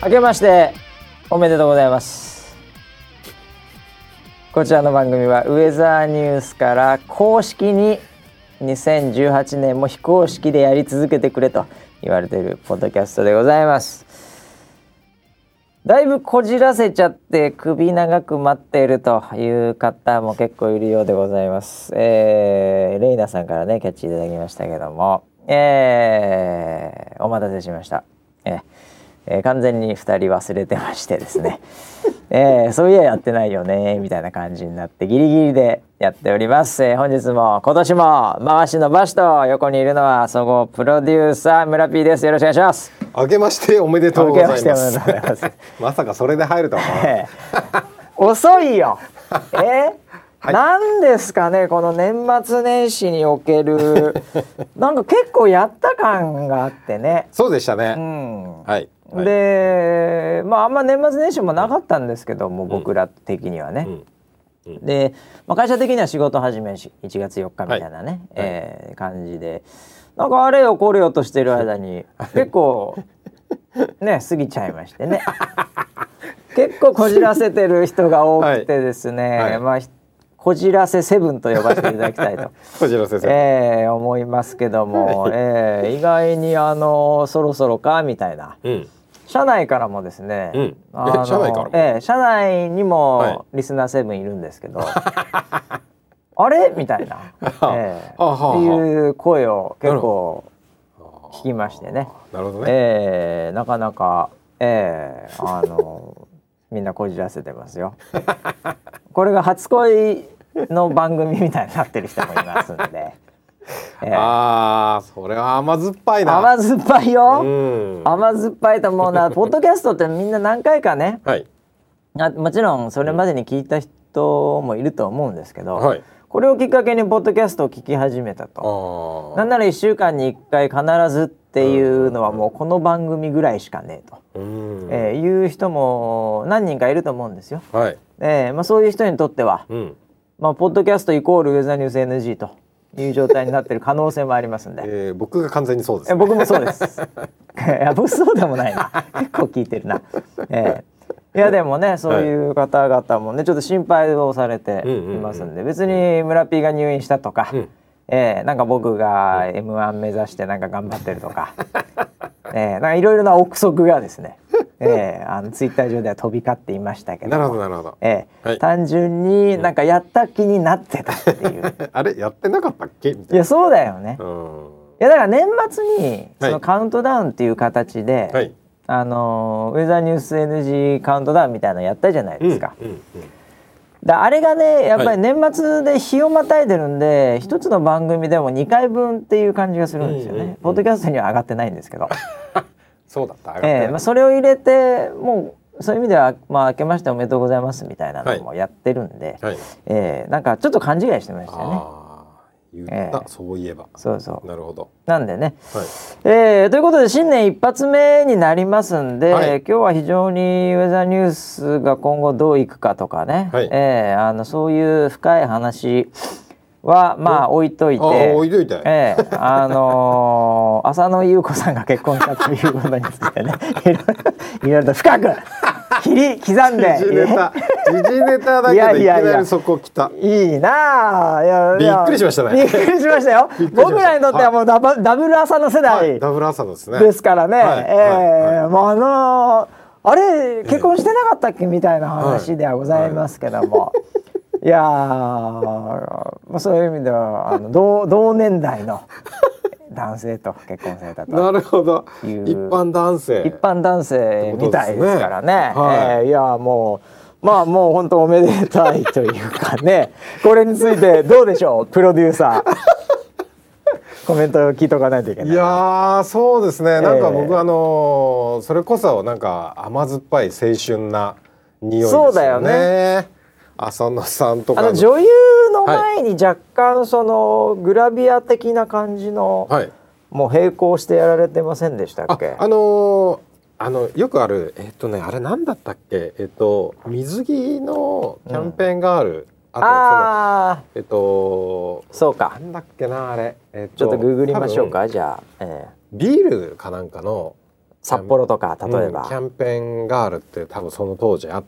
明けましておめでとうございます。こちらの番組はウェザーニュースから公式に2018年も非公式でやり続けてくれと言われているポッドキャストでございます。だいぶこじらせちゃって首長く待っているという方も結構いるようでございます。レイナさんからねキャッチいただきましたけども、お待たせしました。完全に2人忘れてましてですね、そういややってないよねみたいな感じになってギリギリでやっております。本日も今年も回しのバシと横にいるのは総合プロデューサー村 P です。よろしくお願いします。 明けましておめでとうございます。まさかそれで入るとは遅いよ。はい、なんですかねこの年末年始におけるなんか結構やった感があってね。 そうでしたね、はい、 であんま年末年始もなかったんですけども、僕ら的にはね、で、会社的には仕事始め1月4日みたいなね、感じでなんかあれよこれよとしてる間に結構ね過ぎちゃいましてね結構こじらせてる人が多くてですね、こじらせ7と呼ばせていただきたいとこじらせ7、 思いますけども、意外にそろそろかみたいな、社内からもですね、 社内からも、 社内にもリスナー7いるんですけど、あれみたいな、っていう声を結構聞きましてね。 なるほどね。 なかなか、みんなこじらせてますよ。これが初恋の番組みたいになってる人もいますんで。 それは甘酸っぱいな。 甘酸っぱいよ。甘酸っぱいと思うな。ポッドキャストってみんな何回かね、もちろんそれまでに聞いた人もいると思うんですけど、これをきっかけにポッドキャストを聞き始めたと。なんなら1週間に1回必ずっていうのはもうこの番組ぐらいしかねえと、いう人も何人かいると思うんですよ。そういう人にとっては、ポッドキャストイコールウェザーニュース NG という状態になっている可能性もありますんで、 僕が完全にそうです、ね、 僕もそうですいや僕そうでもないな結構聞いてるな、いやでもねそういう方々もねちょっと心配をされていますんで、別に村 P が入院したとか、なんか僕が M1 目指してなんか頑張ってるとか、なんかいろいろな憶測がですね、ツイッター上では飛び交っていましたけど、 なるほどなるほど、 単純になんかやった気になってたっていうあれやってなかったっけみたいな。 いやそうだよね。いやだから年末にそのカウントダウンっていう形で、ウェザーニュース NG カウントダウンみたいなのやったじゃないですか。あれがねやっぱり年末で日をまたいでるんで、一つの番組でも2回分っていう感じがするんですよね。ポッドキャストには上がってないんですけどそうだった、上がってない。 それを入れてもうそういう意味では明けましておめでとうございますみたいなのもやってるんで、なんかちょっと勘違いしてましたよね。 言った、そういえば。 そうなるほど。 なんでね、ということで新年一発目になりますんで、今日は非常にウェザーニュースが今後どういくかとかね、そういう深い話は置いといて、浅野ゆう子さんが結婚したということについてねいろいろと深く切り刻んで時事ネタだけどいきなりそこ来た。 いいなあ。 びっくりしましたね。 びっくりしましたよ。僕らにとってはもうダブル浅野世代ダブル浅野ですね。 ですからね。あれ結婚してなかったっけみたいな話ではございますけども、いやそういう意味では同年代の男性と結婚されたと。 なるほど。一般男性みたいですからね。いやもう本当おめでたいというかね。これについてどうでしょうプロデューサー。コメントを聞いとかないといけない。 いやそうですね。なんか僕それこそなんか甘酸っぱい青春な匂いですよね。そうだよね。浅野さんとか女優の前に若干そのグラビア的な感じの、もう並行してやられてませんでしたっけ？ よくあるあれなんだったっけ、水着のキャンペーンガール、 そうか、 なんだっけなあれ、 ちょっとググりましょうか、じゃあ、 ビールかなんかの札幌とか例えば、 キャンペーンガールって多分その当時あって、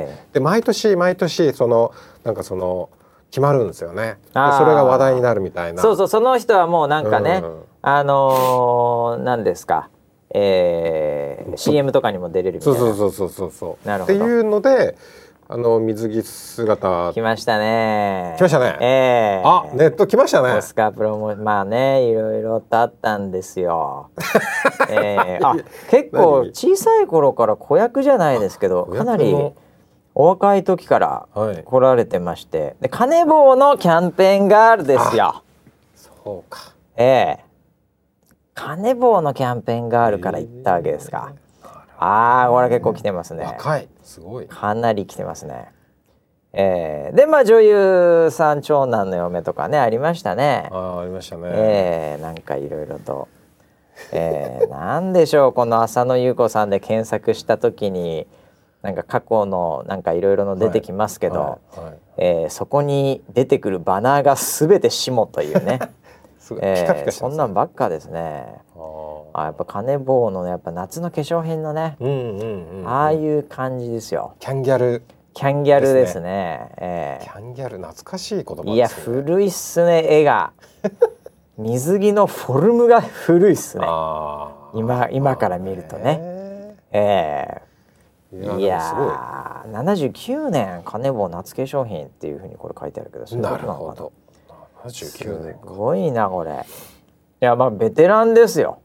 で毎年そのなんかその決まるんですよね。でそれが話題になるみたいな。 そうそう、その人はもうなんかね、何ですか、CM とかにも出れるみたいな。 そうなるほどっていうので水着姿来ましたね。 来ましたね。ネット来ましたね。 オスカープロもまあね、いろいろとあったんですよ。結構小さい頃から子役じゃないですけど、かなりお若い時から来られてまして、でカネボウのキャンペーンガールですよ。 そうか。 カネボウのキャンペーンガールから行ったわけですか。これ結構来てますね。 若い、すごい。 かなり来てますね。でまあ女優さん、長男の嫁とかね、ありましたね。 ありましたね。 なんかいろいろと、なんでしょう、この浅野ゆう子さんで検索した時になんか過去のなんかいろいろの出てきますけど、そこに出てくるバナーが全て下というね。そんなんばっかですね。やっぱカネボウのやっぱ夏の化粧品のね、ああいう感じですよ。 キャンギャルですね。 キャンギャル懐かしい言葉ですね。 いや古いっすね、絵が。水着のフォルムが古いっすね。今から見るとね。いやー、79年カネボウ夏化粧品っていう風にこれ書いてあるけど、 なるほど。79年すごいなこれ。いやまあベテランですよ。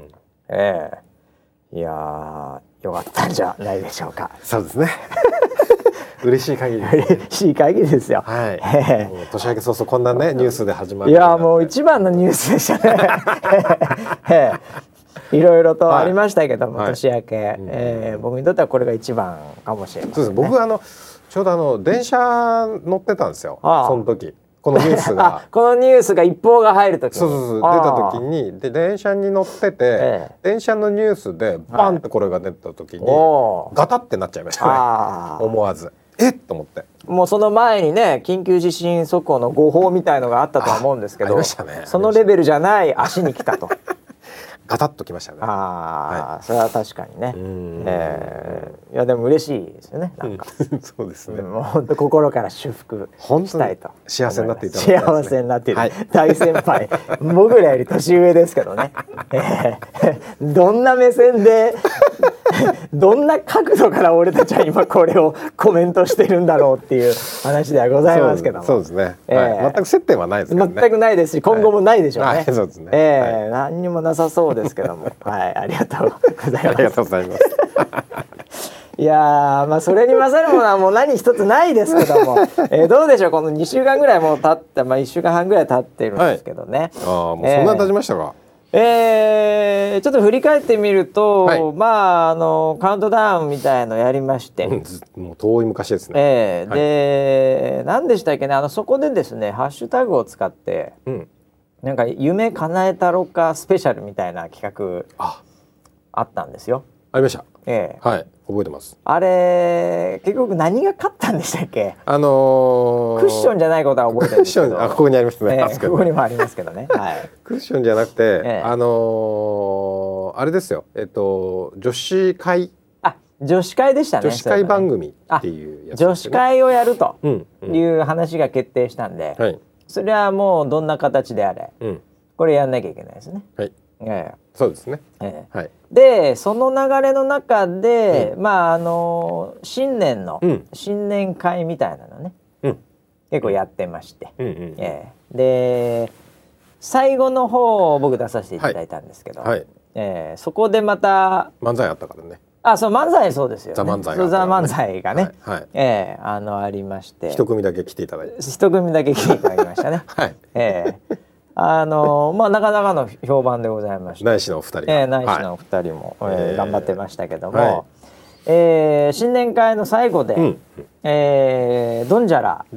いやよかったんじゃないでしょうか。 そうですね。嬉しい限り嬉しい限りですよ。 年明け早々こんなねニュースで始まる。 いやもう一番のニュースでしたね。いろいろとありましたけども、年明け、僕にとってはこれが一番かもしれませんね。 僕ちょうど電車乗ってたんですよ。その時このニュースがこのニュースが一報が入る時に出た時に電車に乗ってて、電車のニュースでバンってこれが出た時にガタってなっちゃいましたね。思わずと思って。 もうその前にね、緊急地震速報の誤報みたいのがあったとは思うんですけど、そのレベルじゃない足に来たと。 ガタッときましたね。 それは確かにね。いやでも嬉しいですよね。なんかそうですね。 もう本当心から祝福したいと。 幸せになっていただきたいですね。 幸せになっている大先輩、僕らより年上ですけどね。どんな目線でどんな角度から俺たちは今これをコメントしてるんだろうっていう話ではございますけども。 そうですね。全く接点はないですね。 全くないですし、今後もないでしょうね。 そうですね。 何にもなさそうですけども、ありがとうございます。 ありがとうございます。 いやまあそれに勝るものはもう何一つないですけども、どうでしょう、この2週間ぐらいもう経った、1週間半ぐらい経ってるんですけどね。 もうそんな経ちましたか。 ちょっと振り返ってみると、まあカウントダウンみたいのやりまして、 もう遠い昔ですね。 で何でしたっけね、そこでですねハッシュタグを使って、なんか夢叶えたろかスペシャルみたいな企画あったんですよ。 ありました。覚えてます。 あれ結局何が勝ったんでしたっけ。クッションじゃないことは覚えてるんですけど、 ここにありますね。 ここにもありますけどね。 クッションじゃなくて、あれですよ。女子会。 女子会でしたね。 女子会番組っていうやつ。 女子会をやるという話が決定したんで、それはもうどんな形であれ、これやんなきゃいけないですね。 そうですね。 でその流れの中で、まあ新年の新年会みたいなのね、結構やってまして、で最後の方を僕出させていただいたんですけど、そこでまた漫才あったからね。 そう漫才、そうですよね。ザ漫才がね、ありまして、 一組だけ来ていただいて。 一組だけ来ていただきましたね。まあなかなかの評判でございました。 ナイシのお二人、 ナイシのお二人も頑張ってましたけども、新年会の最後でドンジャラ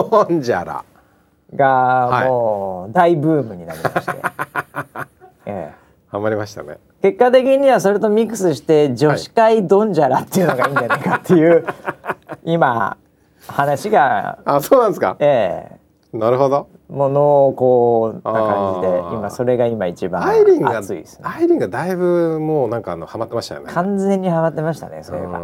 がもう大ブームになりまして、 ハマりましたね。 結果的にはそれとミックスして女子会ドンジャラっていうのがいいんじゃないかっていう、今話が。 そうなんですか。なるほど。 もう濃厚な感じで今それが今一番熱いですね。 アイリンがだいぶもうなんかハマってましたよね。 完全にハマってましたねそれが。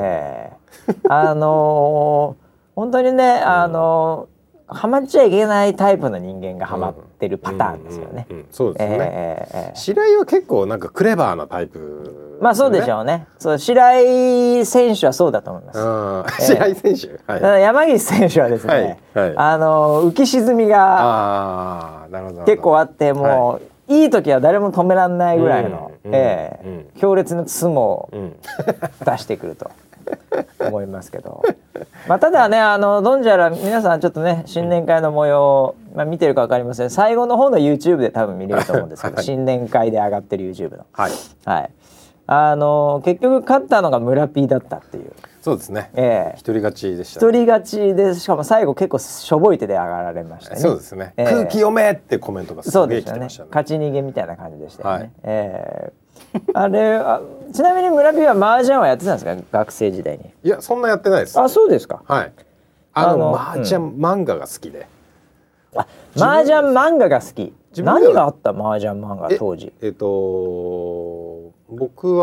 本当にねハマっちゃいけないタイプの人間がハマってるパターンですよね。 そうですね。白井は結構なんかクレバーなタイプ、 まあそうでしょうね。そう白井選手はそうだと思います。 白井選手。 はい、山岸選手はですね、浮き沈みが結構あってもう、いい時は誰も止められないぐらいの強烈な相撲を出してくると思いますけど。まあ、ただねドンジャラ皆さんちょっとね新年会の模様、見てるか分かりません。最後の方の YouTube で多分見れると思うんですけど、新年会で上がってる YouTube の、結局勝ったのが村 P だったっていう。 そうですね、一人勝ちでした、 一人勝ちで、しかも最後結構しょぼい手で上がられましたね。 そうですね、空気読めってコメントがすごい来てましたね。 勝ち逃げみたいな感じでしたよね。あれちなみに村 P は麻雀はやってたんですか学生時代に。 いやそんなやってないです。 あ、そうですか。 はい。麻雀漫画が好きで。 麻雀漫画が好き。何があった麻雀漫画当時。 僕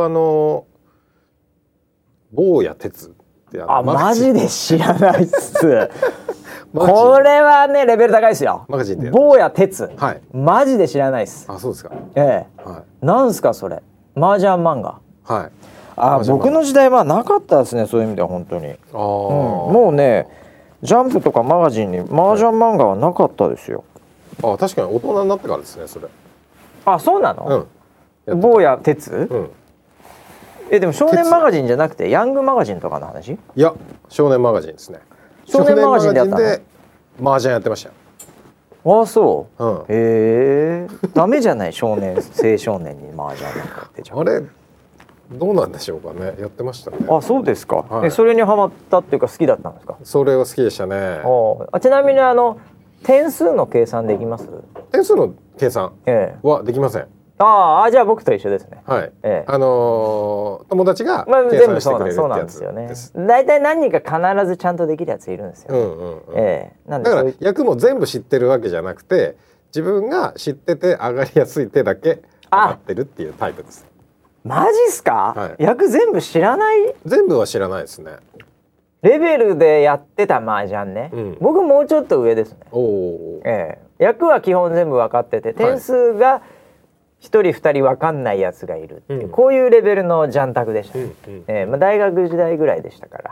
坊や哲ってマジで知らないっす。これはねレベル高いですよ。 マガジンで坊や哲、マジで知らないっす。 あ、そうですか。 なんすかそれ。麻雀漫画。僕の時代はなかったですね、そういう意味では本当に。もうねジャンプとかマガジンに麻雀漫画はなかったですよ。 確かに大人になってからですねそれ。 そうなの。坊や哲。でも少年マガジンじゃなくてヤングマガジンとかの話。いや少年マガジンですね。 少年マガジンでやったの。 麻雀やってましたよ。 そう。ダメじゃない青少年に麻雀なんかって。 あれどうなんでしょうかね。やってましたね。 そうですか。それにハマったっていうか好きだったんですか。それは好きでしたね。 ちなみに点数の計算できます。 点数の計算はできません。じゃあ僕と一緒ですね。 友達が計算してくれるってやつです。 大体何人か必ずちゃんとできるやついるんですよ。 だから役も全部知ってるわけじゃなくて、自分が知ってて上がりやすい手だけ上がってるっていうタイプです。 マジっすか。役全部知らない。 全部は知らないですね。 レベルでやってた麻雀ね。僕もうちょっと上ですね。役は基本全部分かってて、点数が1人2人分かんないやつがいるっていう、こういうレベルのジャン卓でしたね。大学時代ぐらいでしたから。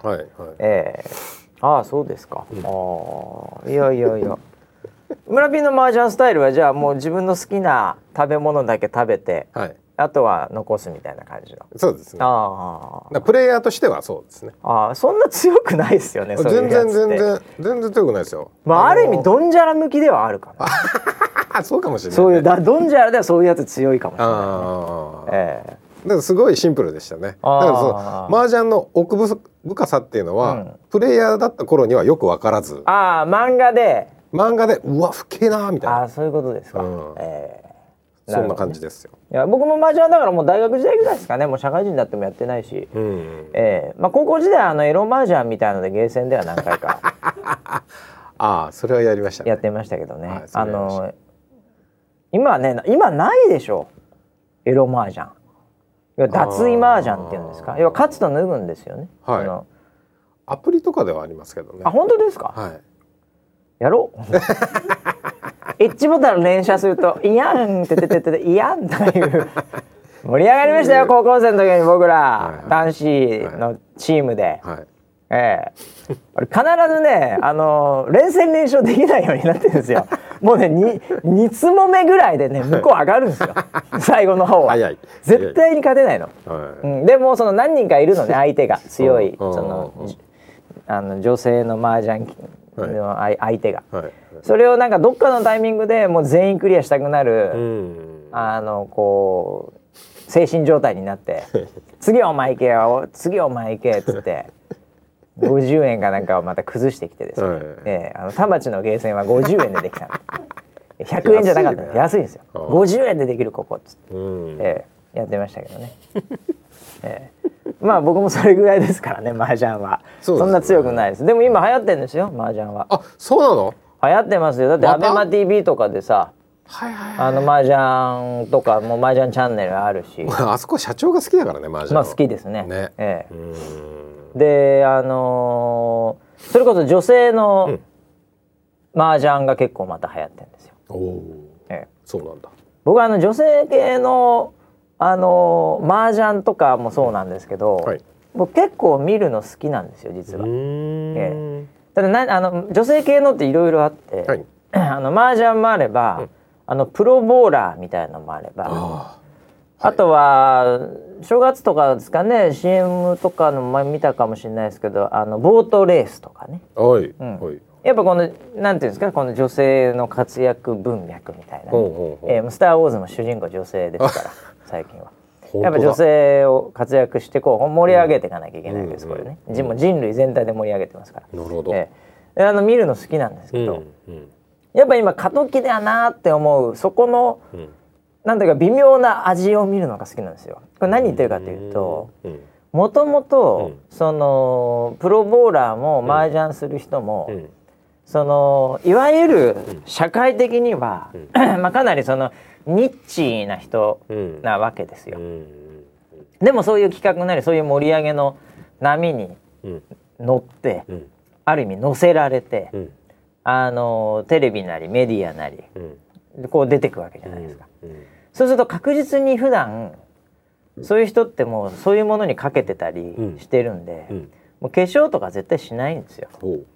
そうですか。いや村 P の麻雀スタイルはじゃあもう自分の好きな食べ物だけ食べて、あとは残すみたいな感じの。 そうですね。プレイヤーとしてはそうですね。 そんな強くないですよね。 全然強くないですよ。 ある意味ドンジャラ向きではあるかな。 そうかもしれない。 そういうドンジャラではそういうやつ強いかもしれない。 だからすごいシンプルでしたね。だからその麻雀の奥深さっていうのは、プレイヤーだった頃にはよく分からず。漫画でうわ吹けなみたいな。そういうことですか。そんな感じですよ。いや僕も麻雀だからもう大学時代ぐらいですかね。もう社会人になってもやってないし、高校時代エロ麻雀みたいのでゲーセンでは何回かそれはやりましたね。 やってましたけどね。今ないでしょエロ麻雀。脱衣麻雀っていうんですか。要は勝つと脱ぐんですよね。 アプリとかではありますけどね。 本当ですか。やろう。エッジボタン連射するとイヤンってイヤンという盛り上がりましたよ。高校生の時に僕ら男子のチームで、必ずね連戦連勝できないようになってるんですよ。もうね2つもめぐらいでね向こう上がるんですよ。最後の方は絶対に勝てないの。でもその何人かいるのね、相手が強い女性の麻雀の相手が、それをなんかどっかのタイミングでもう全員クリアしたくなる、こう精神状態になって次はお前行けよ次はお前行けっつって50円かなんかをまた崩してきてですね、田町のゲーセンは50円でできたの。100円じゃなかったんです。安いんですよ。50円でできるここっつって、やってましたけどね。僕もそれぐらいですからね。麻雀はそんな強くないです。でも今流行ってるんですよ麻雀は。 そうなの。 流行ってますよ。だってアベマ TV とかでさ、麻雀とかも麻雀チャンネルあるしあそこ社長が好きだからね、麻雀。 まあ好きですね。でそれこそ女性の麻雀が結構また流行ってるんですよ。 そうなんだ。 僕は女性系の麻雀とかもそうなんですけど、僕結構見るの好きなんですよ実は。ただ女性系のっていろいろあって、麻雀もあれば、プロボーラーみたいなのもあれば、あとは正月とかですかね、 CM とかの前見たかもしれないですけど、ボートレースとかね。やっぱこのなんていうんですか、この女性の活躍文脈みたいな、ね、スター・ウォーズも主人公女性ですから最近は。やっぱ女性を活躍してこう盛り上げていかなきゃいけないわけです、これね。人類全体で盛り上げてますから。 なるほど。 見るの好きなんですけど、やっぱ今過渡期だなって思うそこの、なんていうか微妙な味を見るのが好きなんですよ。これ何言ってるかというと、もともとそのプロボーラーも麻雀する人も、そのいわゆる社会的には、まあかなりそのニッチな人なわけですよ。でもそういう企画なりそういう盛り上げの波に乗って、ある意味乗せられて、テレビなりメディアなり、こう出てくわけじゃないですか。そうすると確実に普段そういう人ってもうそういうものにかけてたりしてるんで、もう化粧とか絶対しないんですよ。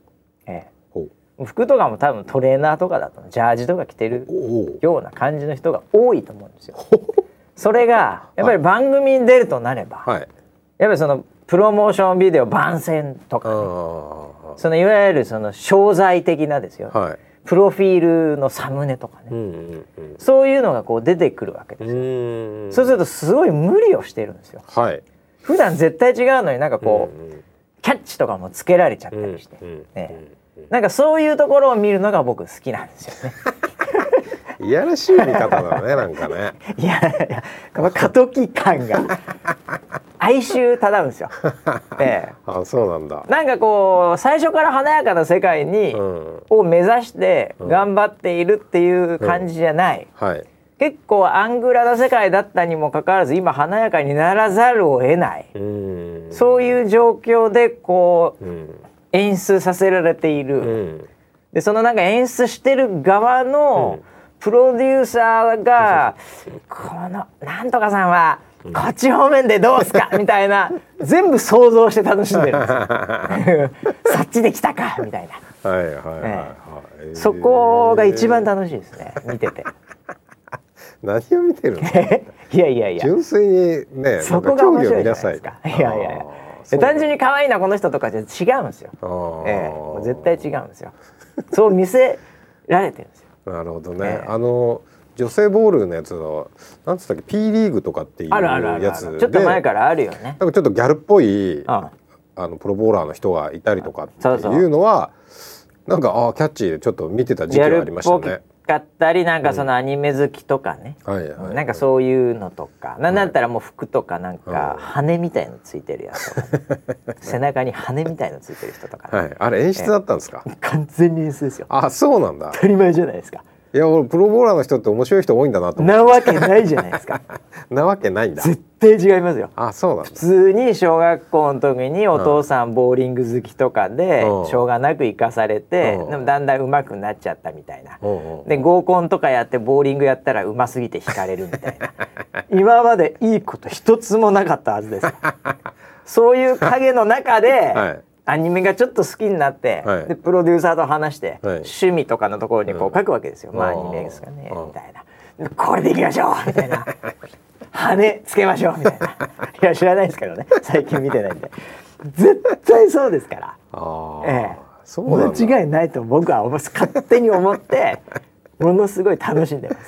服とかも多分トレーナーとかだとジャージとか着てるような感じの人が多いと思うんですよ。それがやっぱり番組に出るとなれば、やっぱりそのプロモーションビデオ番宣とかね、そのいわゆるその商材的なですよ、プロフィールのサムネとかね、そういうのがこう出てくるわけですよ。そうするとすごい無理をしてるんですよ。普段絶対違うのになんかこう、キャッチとかもつけられちゃったりして、なんかそういうところを見るのが僕好きなんですよね。 いやらしい見方だね、なんかね。 いやこの過渡期感が哀愁漂うんですよ。 あ、そうなんだ。 なんかこう最初から華やかな世界に、を目指して頑張っているっていう感じじゃない、結構アングラな世界だったにもかかわらず今華やかにならざるを得ない、そういう状況でこう、演出させられている、でそのなんか演出してる側の、プロデューサーがこのなんとかさんはこっち方面でどうすかみたいな全部想像して楽しんでるんですよ。そっちで来たかみたいな。そこが一番楽しいですね、見てて。 何を見てるの？ いや純粋にね、 そこが面白いじゃないですか。いや単純に可愛いなこの人とかじゃ違うんですよ。もう絶対違うんですよ。そう見せられてるんですよ。 なるほどね。女性ボールのやつのなんつったっけ、 P リーグとかっていうやつでちょっと前からあるよね。 なんかちょっとギャルっぽいプロボーラーの人がいたりとかっていうのはなんかキャッチーでちょっと見てた時期がありましたね。 かったりなんかそのアニメ好きとかね、なんかそういうのとか、なんだったらもう服とかなんか羽みたいのついてるやつとか、背中に羽みたいのついてる人とか、 あれ演出だったんですか？ 完全に演出ですよ。 あ、そうなんだ。 当たり前じゃないですか。 いや、俺プロボーラーの人って面白い人多いんだなと思って。 なわけないじゃないですか。 なわけないんだ。 絶対違いますよ。 あ、そうなんだ。 普通に小学校の時にお父さんボーリング好きとかでしょうがなく生かされて、でもだんだん上手くなっちゃったみたいな。で合コンとかやってボーリングやったら上手すぎて惹かれるみたいな。今までいいこと一つもなかったはずです。そういう影の中で、アニメがちょっと好きになって、でプロデューサーと話して、趣味とかのところにこう書くわけですよ。まあアニメですかねみたいな。これでいきましょうみたいな。羽つけましょうみたいな。いや知らないですけどね、最近見てないんで。絶対そうですから。そうなんだ。間違いないと僕は勝手に思ってものすごい楽しんでます。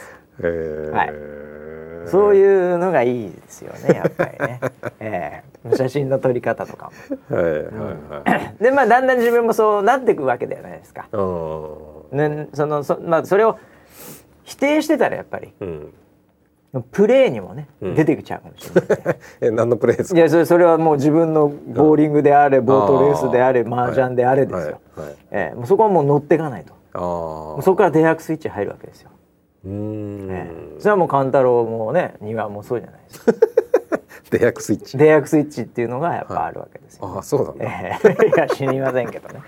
そういうのがいいですよね、やっぱりね。写真の撮り方とかも。でまあだんだん自分もそうなっていくわけじゃないですか。まあそれを否定してたらやっぱり、プレーにもね、出てきちゃうかもしれない。 何のプレーですか？ いやそれはもう自分のボーリングであれ、ボートレースであれ、麻雀であれですよ。もうそこはもう乗っていかないと。 そこから出役スイッチ入るわけですよ。それはもう勘太郎もね庭もそうじゃないですか。 出役スイッチ。 出役スイッチっていうのがやっぱあるわけですよ、 ああそうなんだ。 いや知りませんけどね。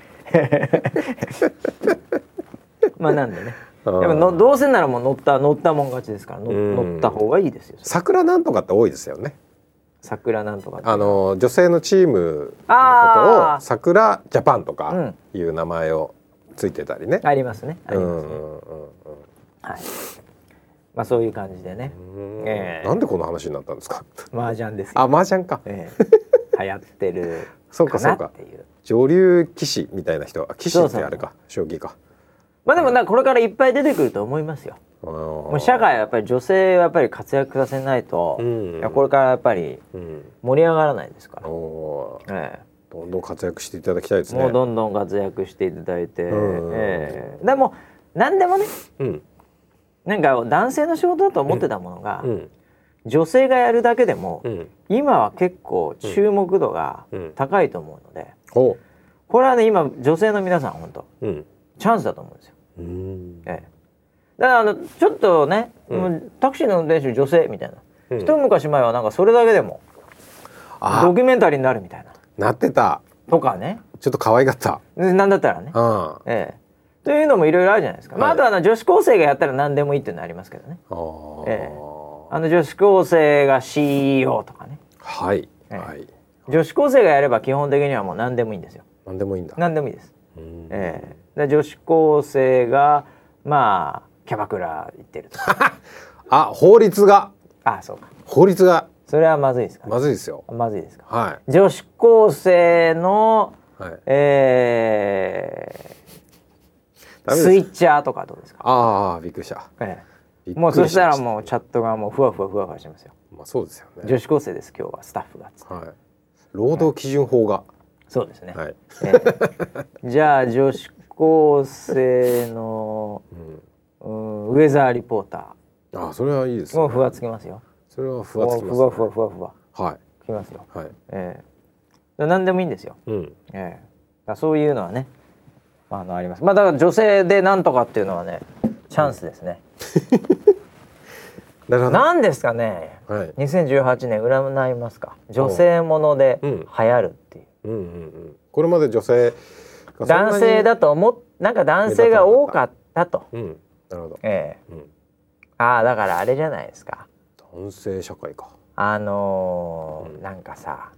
まあなんでね。でもどうせならもう乗ったもん勝ちですから乗った方がいいですよ。 桜なんとかって多いですよね。 桜なんとか女性のチームのことを桜ジャパンとかいう名前をついてたりね。 ありますね。ありますね。はい。まあそういう感じでね。 なんでこの話になったんですか。 麻雀ですよ。 あ、麻雀か。 流行ってるかなっていう。 女流棋士みたいな人は棋士ってあれか、将棋か。 まあでもこれからいっぱい出てくると思いますよ。もう社会はやっぱり女性はやっぱり活躍させないと、これからやっぱり盛り上がらないですから。どんどん活躍していただきたいですね。 もうどんどん活躍していただいて、でも何でもね、なんか男性の仕事だと思ってたものが、女性がやるだけでも、今は結構注目度が高いと思うので、これはね今女性の皆さん本当、チャンスだと思うんですよ。だからちょっとね、タクシーの運転手女性みたいな、一昔前はなんかそれだけでもドキュメンタリーになるみたいなってたとかね、 ちょっと可愛がった、 なんだったらね、というのもいろいろあるじゃないですか。あとは女子高生がやったら何でもいいっていうのありますけどね。女子高生が CEO とかね。女子高生がやれば基本的にはもう何でもいいんですよ。 何でもいいんだ。 何でもいいです。女子高生がまあキャバクラ行ってるとか。 法律が。 そうか。 法律が。 それはまずいですか、ね。 まずいですよ。 まずいですか。女子高生の、スイッチャーとかどうですか。 びっくりした。 もうそしたらもうチャットがもうふわふわしますよ。 まあそうですよね。 女子高生です今日はスタッフが。 労働基準法が。 そうですね。じゃあ女子高生のウェザーリポーター。それはいいですね。 もうふわつきますよ。 それはふわつきます。 ふわ。きますよ。何でもいいんですよ。そういうのはね、あります。だから女性でなんとかっていうのはね、チャンスですね。なんですかね。2018年占いますか。女性もので流行るっていう。 これまで女性男性だとなんか男性が多かったと。 なるほど。 だからあれじゃないですか。 男性社会か。 なんかさ、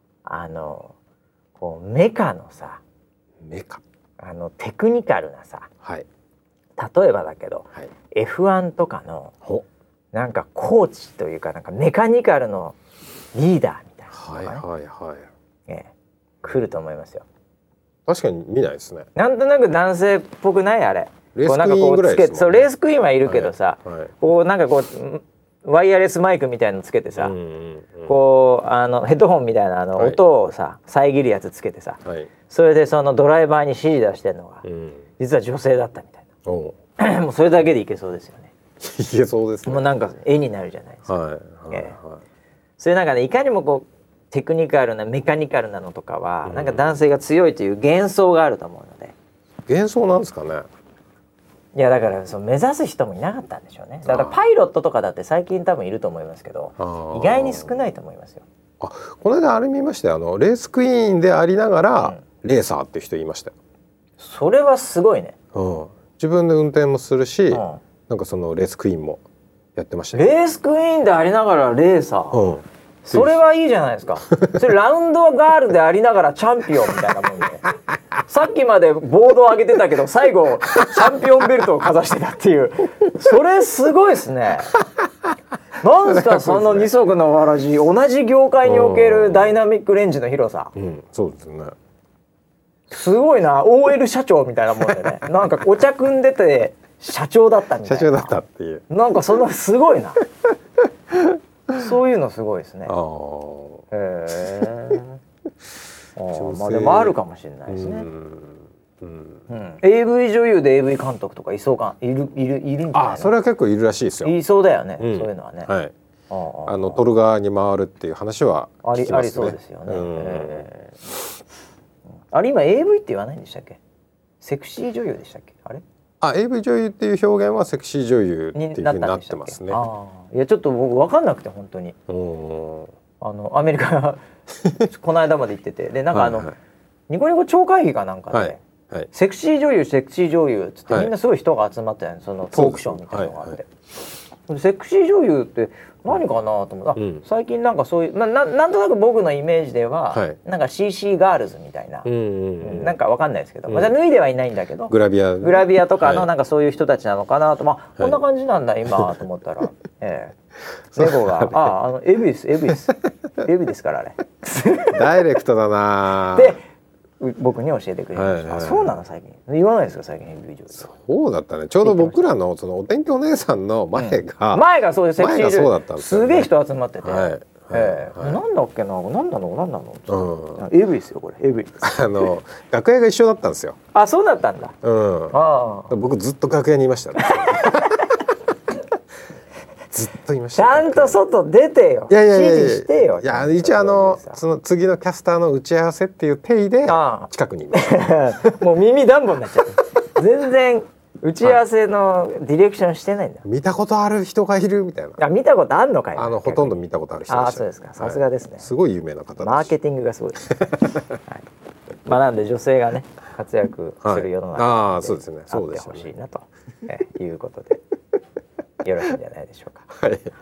こうメカのさ、テクニカルなさ、例えばだけど、F1 とかのなんかコーチというかなんかメカニカルのリーダーみたいなのがね、来ると思いますよ。 確かに見ないですね。 なんとなく男性っぽくないあれ。 レースクイーンぐらいですもんね。 そうレースクイーンはいるけどさ、こうなんかこうワイヤレスマイクみたいのつけてさ、こうヘッドホンみたいな音をさ遮るやつつけてさ、それでそのドライバーに指示出してるのが、実は女性だったみたいな。もうそれだけでいけそうですよね。 いけそうですね。 もうなんか絵になるじゃないですか。それなんかね、いかにもこうテクニカルなメカニカルなのとかは、なんか男性が強いという幻想があると思うので。 幻想なんですかね。 いやだから目指す人もいなかったんでしょうね。だからパイロットとかだって最近多分いると思いますけど、意外に少ないと思いますよ。 この間あれ見ましたよ。レースクイーンでありながら、レーサーっていう人いましたよ。 それはすごいね。 自分で運転もするし、なんかそのレースクイーンもやってましたね。 レースクイーンでありながらレーサー、それはいいじゃないですか。それラウンドガールでありながらチャンピオンみたいなもんで、さっきまでボードを上げてたけど最後チャンピオンベルトをかざしてたっていう、それすごいですね。なんですかその二足のわらじ、同じ業界におけるダイナミックレンジの広さ。 そうですね。 すごいな。 OL 社長みたいなもんでね、なんかお茶組んでて社長だったみたいな。 社長だったっていう。 なんかそのすごいな。そういうのすごいですね。まあでもあるかもしれないですね。AV 女優で AV 監督とかいそうか、いるんじゃないの？ それは結構いるらしいですよ。 いそうだよね。そういうのはね。 撮る側に回るっていう話は聞きますね。 ありそうですよね。あれ今 AV って言わないんでしたっけ？セクシー女優でしたっけ？あれ？ AV 女優っていう表現はセクシー女優っていう風になってますね。 いやちょっと僕分かんなくて本当にアメリカこの間まで行っててでなんかニコニコ超会議かなんかで、セクシー女優セクシー女優っつってみんなすごい人が集まってるそのトークショーみたいなのがあって、セクシー女優って何かなと思って、最近なんかそういう、なんとなく僕のイメージでは、なんか CC ガールズみたいな、なんかわかんないですけど、脱いではいないんだけどグラビアとかのなんかそういう人たちなのかなと、こんな感じなんだ今と思ったら、猫がエビですからあれダイレクトだなで僕に教えてくれました。そうなの最近言わないですか最近エビ女優。 そうだったね。ちょうど僕らのそのお天気お姉さんの前がそうですセクシー女優だったんですよね。すげえ人集まってて、なんだっけななんなのエビですよこれエビ楽屋が一緒だったんですよ。 そうだったんだ。 僕ずっと楽屋にいましたね。ずっといました。 ちゃんと外出てよ。指示してよ。 いや一応その次のキャスターの打ち合わせっていう体で近くにいました。 もう耳ダンボになっちゃう。全然打ち合わせのディレクションしてないんだ。 見たことある人がいるみたいな。 見たことあんのかよ。 ほとんど見たことある人でした。 そうですか。さすがですね。 すごい有名な方です。 マーケティングがすごいです。なんで女性がね活躍する世の中であってほしいなということで。よろしいんじゃないでしょうか。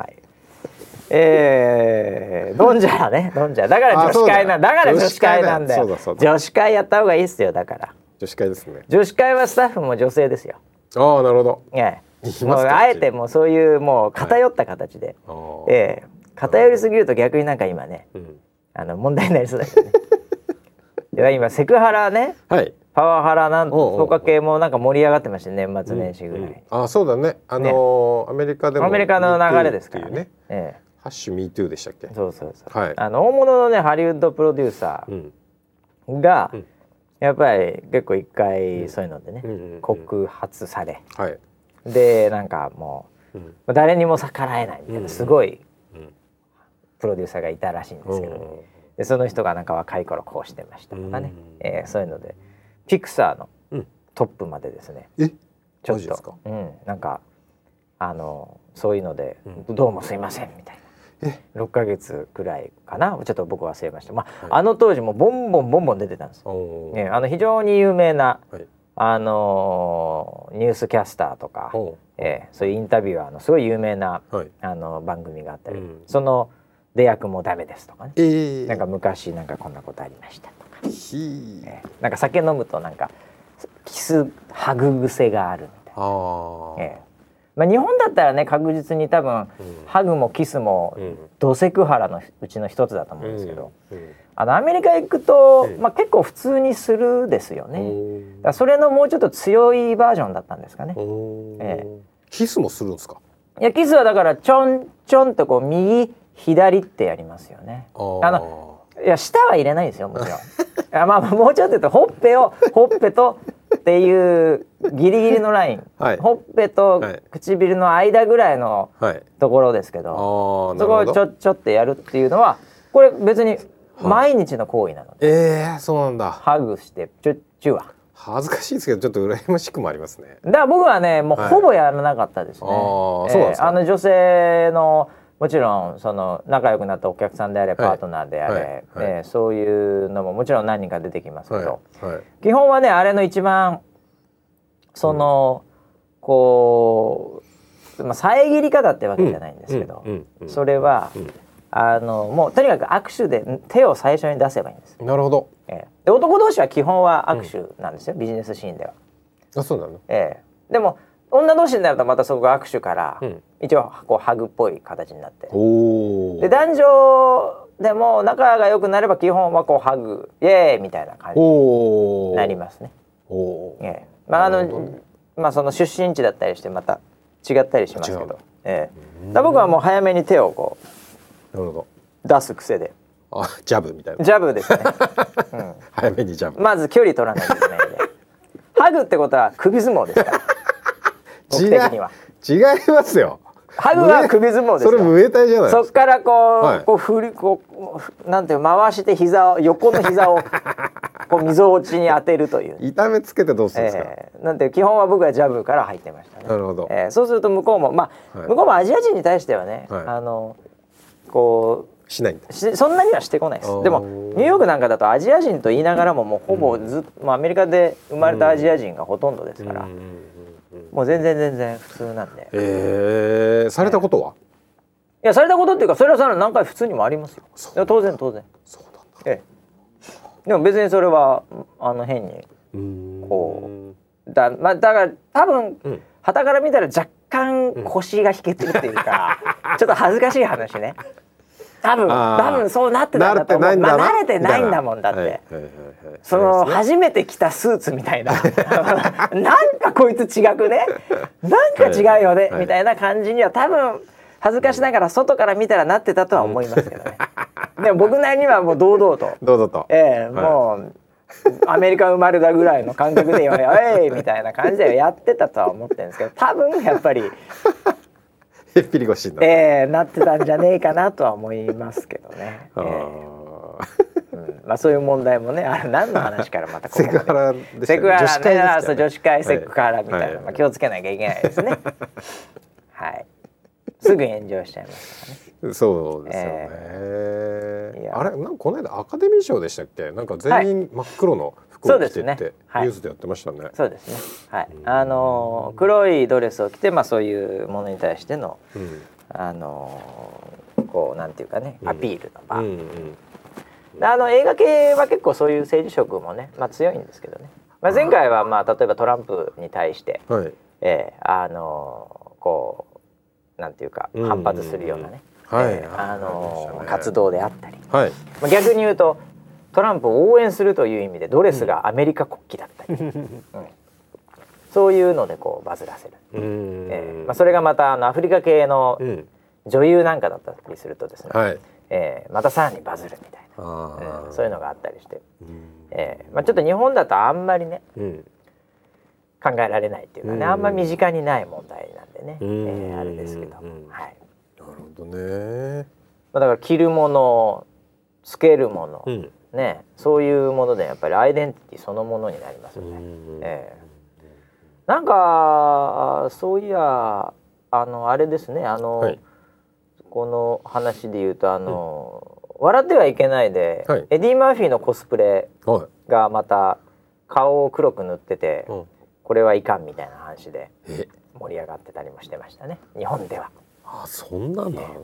ドンジャラねドンジャラだから女子会なんで女子会やった方がいいですよ。だから女子会ですね。 女子会はスタッフも女性ですよ。 なるほど。 もうあえてもうそういうもう偏った形で、偏りすぎると逆になんか今ね、問題になりそうだけどね。では今セクハラね、パワハラなんとか系もなんか盛り上がってまして年末年始ぐらい。 そうだね。アメリカでもアメリカの流れですからね。 ハッシュミートゥーでしたっけ。 そう大物のねハリウッドプロデューサーがやっぱり結構一回そういうのでね告発され、でなんかもう誰にも逆らえないみたいなすごいプロデューサーがいたらしいんですけど、でその人がなんか若い頃こうしてましたとかね、そういうのでピクサーのトップまでですね、ちょっとなんかそういうのでどうもすいませんみたいな6ヶ月くらいかなちょっと僕忘れました。あの当時もボンボン出てたんです。非常に有名なニュースキャスターとかそういうインタビュアーのすごい有名な番組があったり、その出役もダメですとかね、なんか昔なんかこんなことありましたとか、なんか酒飲むとなんかキスハグ癖があるみたいな。日本だったらね確実に多分、ハグもキスもドセクハラのうちの一つだと思うんですけど、アメリカ行くと、結構普通にするですよね。だからそれのもうちょっと強いバージョンだったんですかね。 キスもするんですか。 いやキスはだからちょんちょんとこう右左ってやりますよね。いや舌は入れないですよもちろん。もうちょっと言うとほっぺとっていうギリギリのライン、ほっぺと唇の間ぐらいのところですけど、そこをちょってやるっていうのはこれ別に毎日の行為なので。そうなんだ。 ハグしてチュッチュは恥ずかしいですけどちょっと羨ましくもありますね。 だから僕はねもうほぼやらなかったですね。女性のもちろんその仲良くなったお客さんであれパートナーであれ、そういうのももちろん何人か出てきますけど、基本はねあれの一番その、こう、遮り方ってわけじゃないんですけど、それは、もうとにかく握手で手を最初に出せばいいんです。 なるほど。 で男同士は基本は握手なんですよ、ビジネスシーンでは。 そうなの。 でも女同士になるとまたそこが握手から、一応こうハグっぽい形になって、で男女でも仲が良くなれば基本はこうハグイエーイみたいな感じになりますね。その出身地だったりしてまた違ったりしますけど、僕はもう早めに手をこう出す癖でジャブみたいな。 ジャブですね。 早めにジャブ。 まず距離取らないといけないのでハグってことは首相撲ですから僕的には違いますよ。 ハグは首相撲ですよ。 それムエタイじゃない。 そっからこう振りこうなんていう回して横の膝をこう溝落ちに当てるという痛めつけてどうするんですか、 なんて基本は僕はジャブから入ってましたね。 なるほど、 そうすると向こうもまあ、向こうもアジア人に対してはね、こうしないんだそんなにはしてこないです。でもニューヨークなんかだとアジア人と言いながらももうほぼずっと、アメリカで生まれたアジア人がほとんどですから、もう全然普通なんで。 されたことは？ いやされたことっていうかそれは何回普通にもありますよ。いや当然。そうなんだ。でも別にそれは変にこうだから多分傍から見たら若干腰が引けてるっていうか、ちょっと恥ずかしい話ね。多分そうなってたんだと思う。慣れてないんだもんだって。その初めて着たスーツみたいななんかこいつ違くね、なんか違うよねみたいな感じには多分恥ずかしながら外から見たらなってたとは思いますけどね。でも僕なりにはもう堂々ともうアメリカ生まれだぐらいの感覚で言われみたいな感じでやってたとは思ってるんですけど、多分やっぱりへっぴり腰になってたんじゃねえかなとは思いますけどね。まあそういう問題もね、何の話からまたここまでセクハラでしたね。 セクハラね、女子会セクハラみたいな、気をつけなきゃいけないですね。はい。すぐ炎上しちゃいますからね。 そうですよね。あれこの間アカデミー賞でしたっけ？なんか全員真っ黒の服を着てってニュースでやってましたね。 そうですね。はい。黒いドレスを着て、まあそういうものに対しての、こうなんていうかね、アピールの場。映画系は結構そういう政治色もね、まあ強いんですけどね。まあ前回はまあ例えばトランプに対して、こうなんていうか反発するようなね、活動であったり、逆に言うとトランプを応援するという意味でドレスがアメリカ国旗だったり、そういうのでこうバズらせる。それがまたアフリカ系の女優なんかだったりするとですね、またさらにバズるみたいな、そういうのがあったりして、ちょっと日本だとあんまりね、考えられないっていうかね、あんまり身近にない問題なんでね、あれですけど、はい。 なるほどね。 だから着るもの、つけるもの、ね、そういうものでやっぱりアイデンティティそのものになりますよね。なんかそういやあれですね、この話で言うと笑ってはいけないで、エディ・マーフィーのコスプレがまた顔を黒く塗ってて。これはいかんみたいな話で盛り上がってたりもしてましたね、日本では。 そんなんだ。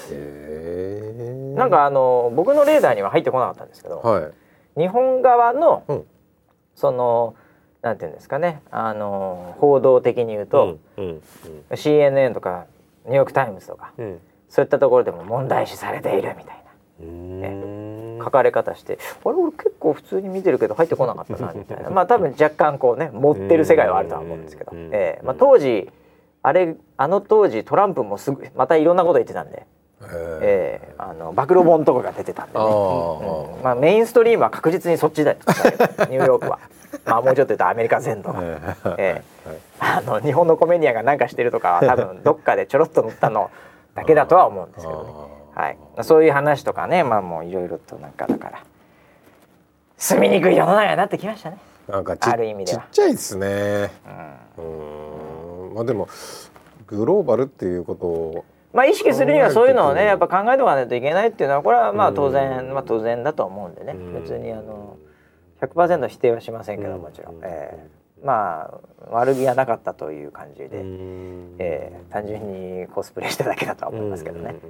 なんか僕のレーダーには入ってこなかったんですけど、日本側の、そのなんていうんですかね、報道的に言うと、CNN とかニューヨークタイムズとか、そういったところでも問題視されているみたいな、書かれ方して、俺結構普通に見てるけど入ってこなかったなみたいな、まあ多分若干こうね持ってる世界はあるとは思うんですけど、当時当時トランプもすぐまたいろんなこと言ってたんで、暴露本とかが出てたんでね、メインストリームは確実にそっちだよニューヨークは。まあもうちょっと言うとアメリカ全土が、日本のコメディアンが何かしてるとかは多分どっかでちょろっと載ったのだけだとは思うんですけどね。はい、そういう話とかね、まあもういろいろとなんかだから住みにくい世の中になってきましたね。 なんかある意味ではちっちゃいですね。まあでもグローバルっていうことを意識するにはそういうのをねやっぱ考えておかないといけないっていうのはこれはまあ当然だと思うんでね、別に100% 否定はしませんけど、もちろん、まあ悪気はなかったという感じで、単純にコスプレしただけだとは思いますけどね。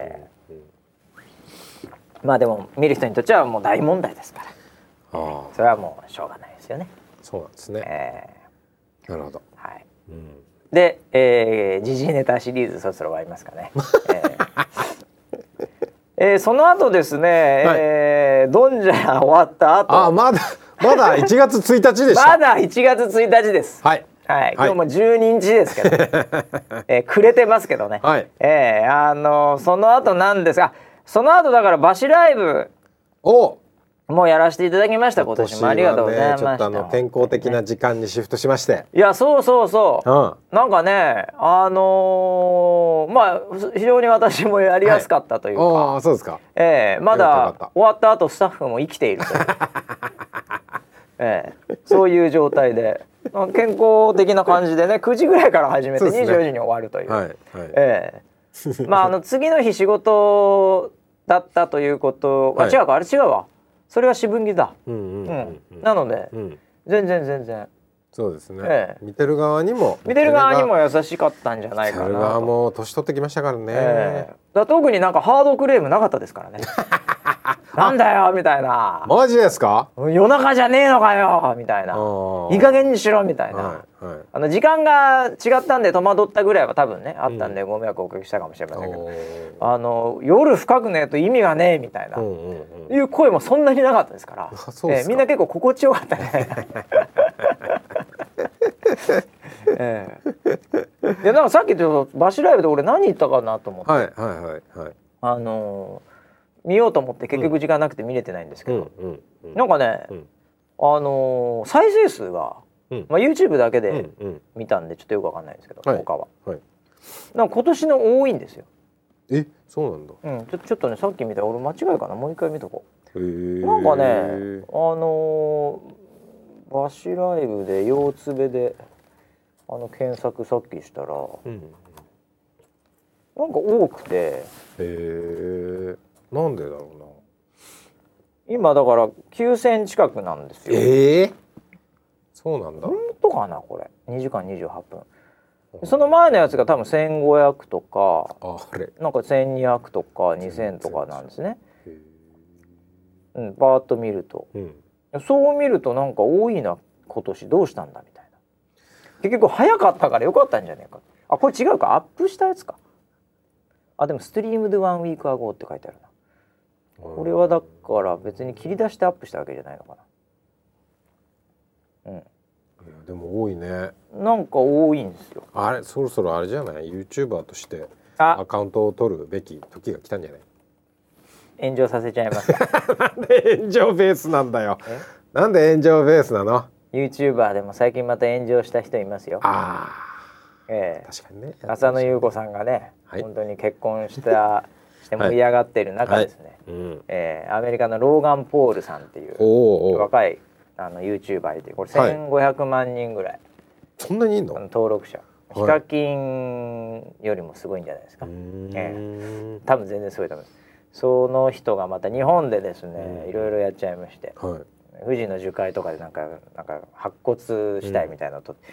まあでも見る人にとってはもう大問題ですから、それはもうしょうがないですよね。 そうなんですね。なるほど。 はい。で、時事ネタシリーズそろそろ終わりますかね。その後ですね、ドンジャラ終わった後、 まだ1月1日でした。 まだ1月1日です。はい。今日も12日ですけど、暮れてますけどね。その後なんですが、その後だからバシライブもうやらせていただきました。今年もありがとうございました。 ちょっと健康的な時間にシフトしまして。 いやそうなんかねまあ非常に私もやりやすかったというか、 そうですか。 まだ終わった後スタッフも生きているというそういう状態で健康的な感じでね9時ぐらいから始めて24時に終わるという、まあ次の日仕事だったということは、違うかあれ違うわそれは四分切だ。なので、全然そうですね、見てる側にも優しかったんじゃないかなと。見てる側も年取ってきましたからね、 特になんかハードクレームなかったですからねなんだよみたいな。 マジですか？ 夜中じゃねえのかよみたいな、いい加減にしろみたいな、時間が違ったんで戸惑ったぐらいは多分ねあったんで、ご迷惑をおかけしたかもしれませんけど、夜深くねえと意味がねえみたいな、いう声もそんなになかったですから、みんな結構心地よかったねいやなんかさっきちょっとバシライブで俺何言ったかなと思って、見ようと思って結局時間なくて見れてないんですけど、なんかね、再生数が、YouTube だけで見たんでちょっとよくわかんないんですけど、他は、なんか今年の多いんですよ。 そうなんだ。 ちょっとねさっき見た俺間違いかな、もう一回見とこう。なんかねバシライブで腰つべで検索さっきしたら、なんか多くて、 なんでだろうな。 今だから9000近くなんですよ。 そうなんだ。 本当かなこれ2時間28分。その前のやつが多分1500とかなんか1200とか2000とかなんですね。バーッと見ると、そう見るとなんか多いな今年どうしたんだみたいな。結局早かったからよかったんじゃねえか。これ違うか、アップしたやつか。でもストリームで1ウィークアゴーって書いてあるな。これはだから別に切り出してアップしたわけじゃないのかな。いやでも多いね。 なんか多いんですよ。 そろそろあれじゃない YouTuber としてアカウントを取るべき時が来たんじゃない？ 炎上させちゃいますかなんで炎上ベースなんだよ。なんで炎上ベースなの？ YouTuber でも最近また炎上した人いますよ。確かにね。浅野ゆう子さんがね、本当に結婚して盛り上がっている中ですね、アメリカのローガン・ポールさんっていう若いYouTuber いて、これ1500万人ぐらい、 そんなにいんの？ 登録者。ヒカキンよりもすごいんじゃないですか。多分全然すごいと思います。その人がまた日本でですね、いろいろやっちゃいまして、富士の樹海とかでなんか白骨死体みたいなのと、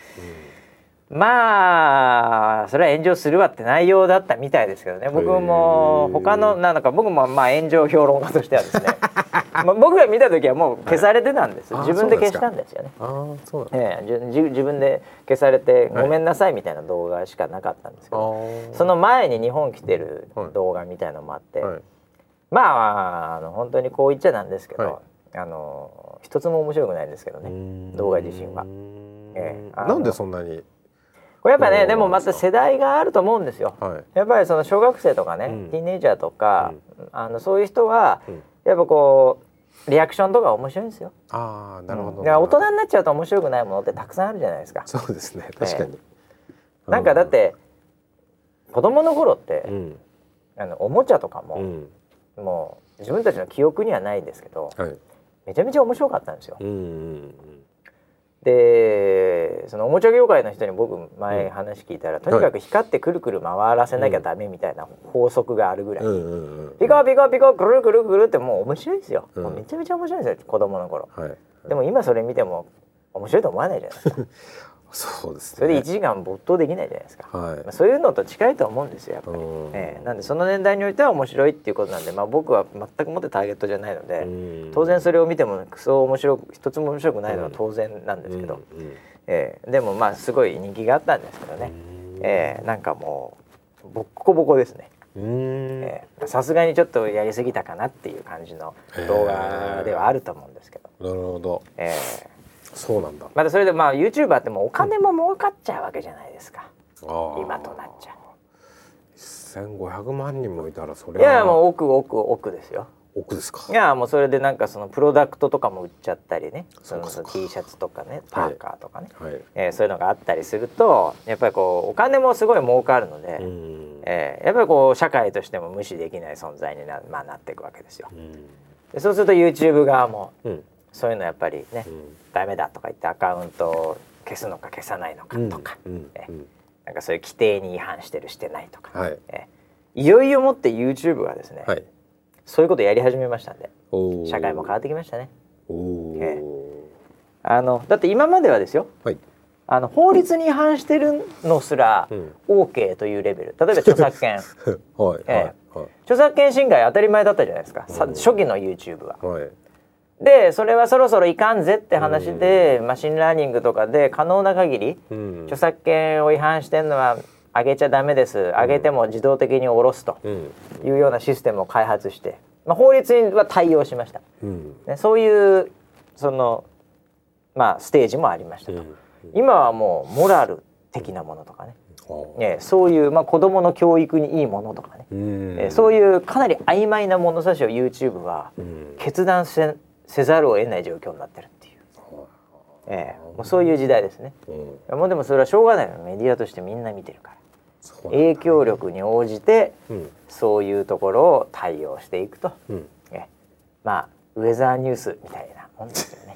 まあそれは炎上するわって内容だったみたいですけどね。僕も他の僕も炎上評論家としてはですね僕が見た時はもう消されてたんです。自分で消したんですよね。自分で消されてごめんなさいみたいな動画しかなかったんですけど、その前に日本来てる動画みたいのもあって、まあ本当にこう言っちゃなんですけど、一つも面白くないんですけどね、動画自身は。 なんでそんなに？ これやっぱね、でもまた世代があると思うんですよ。やっぱりその小学生とかね、ティーンエイジャーとか、そういう人はやっぱこうリアクションとか面白いんですよ。 なるほど。 大人になっちゃうと面白くないものってたくさんあるじゃないですか。 そうですね、確かに。 なんかだって子供の頃って、おもちゃとかも、もう自分たちの記憶にはないんですけど、めちゃめちゃ面白かったんですよ。でそのおもちゃ業界の人に僕前話聞いたら、とにかく光ってくるくる回らせなきゃダメみたいな法則があるぐらい、ピコピコピコくるくるくるってもう面白いですよ。もうめちゃめちゃ面白いですよ、子供の頃。でも今それ見ても面白いと思わないじゃないですか。 そうですね。 それで1時間没頭できないじゃないですか。そういうのと近いと思うんですよ、やっぱり。なんでその年代においては面白いっていうことなんで、僕は全くもってターゲットじゃないので、当然それを見てもクソ面白く一つも面白くないのは当然なんですけど、でもすごい人気があったんですけどね、なんかもうボッコボコですね。さすがにちょっとやりすぎたかなっていう感じの動画ではあると思うんですけど。 なるほど。そうなんだ。 またそれでYouTuber ってもうお金も儲かっちゃうわけじゃないですか、今となっちゃう。 1500万人もいたらそれは。 いやもう億ですよ。 億ですか。 いやもうそれでなんかそのプロダクトとかも売っちゃったりね、その T シャツとかね、パーカーとかね、そういうのがあったりすると、やっぱりこうお金もすごい儲かるので、やっぱりこう社会としても無視できない存在になっていくわけですよ。でそうすると YouTube 側も、 そういうのやっぱりね、ダメだとか言ってアカウントを消すのか消さないのかとか、なんかそういう規定に違反してるしてないとか、いよいよもって YouTube がですね、そういうことやり始めましたんで、社会も変わってきましたね。だって今まではですよ、法律に違反してるのすら OK というレベル、例えば著作権著作権侵害当たり前だったじゃないですか、初期の YouTube は。でそれはそろそろいかんぜって話で、マシンラーニングとかで可能な限り、著作権を違反してるのは上げちゃダメです、上げても自動的に下ろすというようなシステムを開発して、法律には対応しました、そういうそのステージもありましたと。今はもうモラル的なものとかね、そういう、子どもの教育にいいものとかね、そういうかなり曖昧な物差しを YouTube は決断せざるを得ない状況になってるっていう、もうそういう時代ですね。もうでもそれはしょうがないの、メディアとしてみんな見てるから、影響力に応じて、そういうところを対応していくと、ウェザーニュースみたいなもんですよ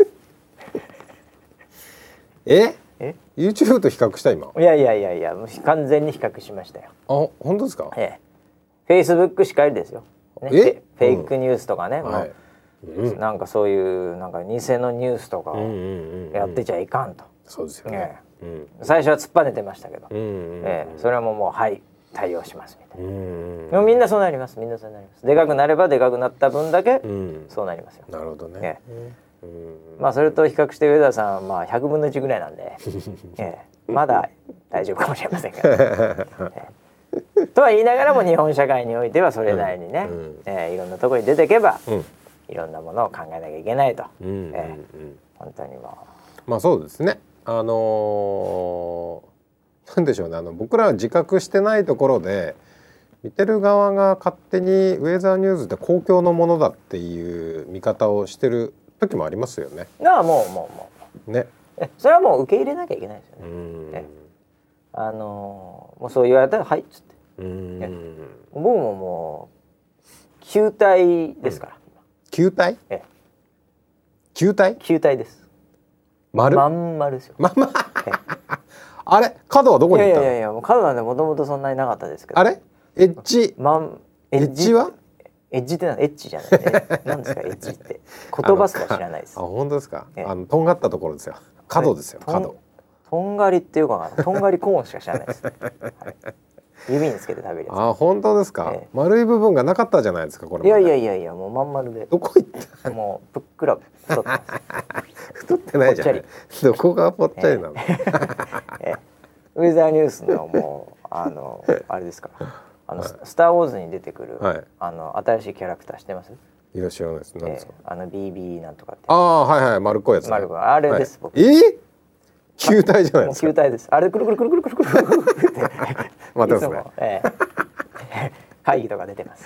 ね。 YouTube と比較した今？ いやもう完全に比較しましたよ。 あ、本当ですか ？Facebook しかりですよ、フェイクニュースとかね、なんかそういうなんか偽のニュースとかをやってちゃいかんと。 そうですよね。 最初は突っぱねてましたけど、それはもう対応しますみたいな。でもみんなそうなります。でかくなればでかくなった分だけそうなりますよ。 なるほどね。 それと比較して上田さんは100分の1ぐらいなんで、まだ大丈夫かもしれませんが、とは言いながらも日本社会においてはそれなりにね、いろんなところに出ていけば、いろんなものを考えなきゃいけないと、本当にそうですね。なんでしょうね、僕らは自覚してないところで見てる側が勝手にウェザーニューズって公共のものだっていう見方をしてる時もありますよね。 もうね、それはもう受け入れなきゃいけないですよね。もうそう言われたらはいっつって、僕ももう球体ですから。 球体？球体？ 球体です。まん丸ですよ。 あれ角はどこに行ったの？ いやもう角なんてもともとそんなになかったですけど。 あれ？エッジ？エッジは？ エッジってエッジじゃない。何ですかエッジって？言葉すら知らないです。 本当ですか？とんがったところですよ。角ですよ。角。 とんがりっていうかな、とんがりコーンしか知らないです。指につけて食べるやつ。 本当ですか？丸い部分がなかったじゃないですかこれ。 いやもうまん丸で。 どこ行った？ もうぷっくら太ってます。 太ってないじゃん。どこがぽっちゃりなの？ ウェザーニュースのもうあれですから、スターウォーズに出てくる、新しいキャラクター知ってます？ いらっしゃらないです。何ですか ？BB なんとかって。 丸っこいやつ。 あれです。僕。 球体じゃないですか。 球体です。あれくるくるくるくるくるくるって待ってますね。 会議とか出てます。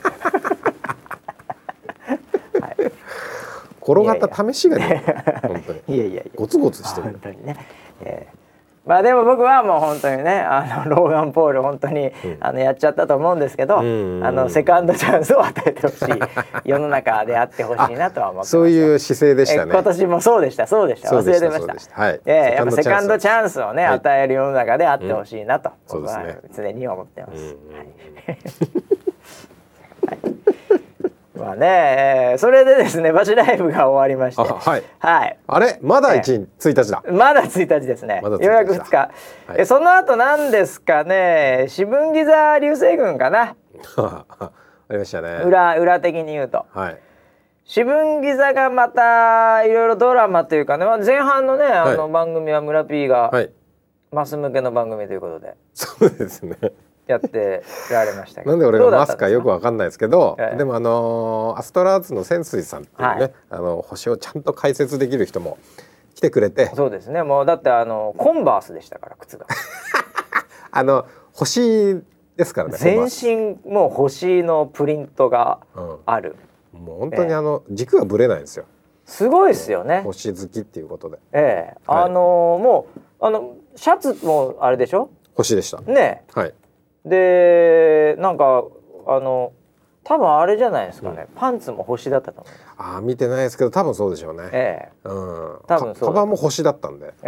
転がった試しがね。本当に。 いやゴツゴツしてる。 本当にね。でも僕はもう本当にね、ローガン・ポール本当に、やっちゃったと思うんですけど、セカンドチャンスを与えてほしい世の中であってほしいなとは思ってます。 そういう姿勢でしたね。 今年もそうでした忘れてました。やっぱセカンドチャンスをね、与える世の中であってほしいなと僕は常に思ってます。それでですね、バシライブが終わりまして、 あれまだ1日だ。 まだ1日ですね。ようやく2日。その後なんですかね、四分ギザ流星群かな。 ありましたね。 裏的に言うと、四分ギザがまたいろいろドラマというかね、前半のね番組は村 P がマス向けの番組ということで、 そうですね。 やってられましたけど。 なんで俺がマスかよくわかんないですけど、でもアストラーズの潜水さんっていうね、星をちゃんと解説できる人も来てくれて。 そうですね。もうだってコンバースでしたから靴が。 星ですからね。 全身もう星のプリントがある。 もう本当に軸がぶれないんですよ。 すごいですよね。 星好きっていうことで。 もうシャツもあれでしょ？ 星でした。 ね。 はい。 でなんか多分あれじゃないですかね、パンツも星だったと思う。 見てないですけど多分そうでしょうね。 多分そう。 カバンも星だったんで。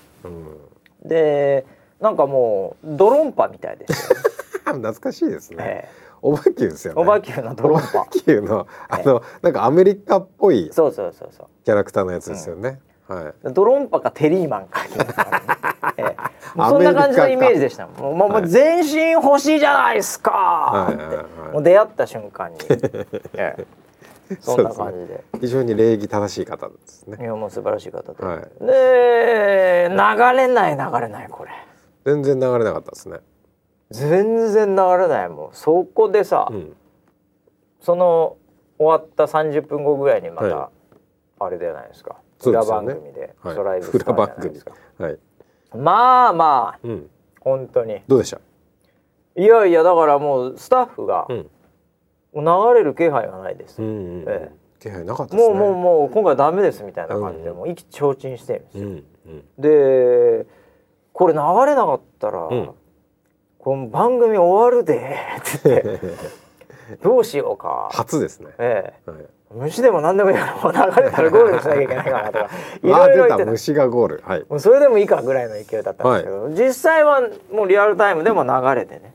でなんかもうドロンパみたいですよね。 懐かしいですね。オバキューですよね。 オバキューのドロンパ。 オバキューのなんかアメリカっぽいキャラクターのやつですよね。 ドロンパかテリーマンか。そんな感じのイメージでしたもん。もう全身星じゃないですかってもう出会った瞬間に。そんな感じで非常に礼儀正しい方ですね。 いやもう素晴らしい方で、で流れないこれ全然流れなかったですね。 全然流れない。もうそこでさ、その終わった30分後ぐらいにまた、あれじゃないですか、裏番組でソライブスターじゃないですか。まあ、本当にどうでした？ いやだからもうスタッフが、もう流れる気配がないです。 気配なかったですね。 もう今回ダメですみたいな感じで、もう意気消沈してるんですよ。でこれ流れなかったら、この番組終わるでって言ってどうしようか。 初ですね。 虫でも何でもいいから流れたらゴールしなきゃいけないかなとかいろいろ言ってた。 虫がゴール。 もうそれでもいいかぐらいの勢いだったんですけど、実際はもうリアルタイムでも流れてね。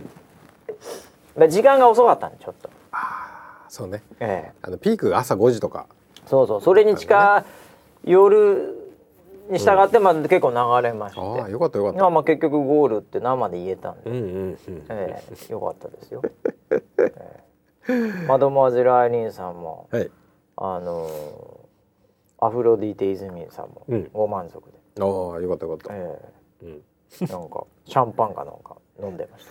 時間が遅かったんでちょっと。 そうね。ピークが朝5時とか。 そうそれに近夜に従って結構流れまして。 よかったよかった。 結局ゴールって生で言えたんで、よかったですよ。マドモアゼルアイリーンさんも、アフロディーテイズミンさんもご満足で。 よかったよかった。 なんかシャンパンかなんか飲んでました。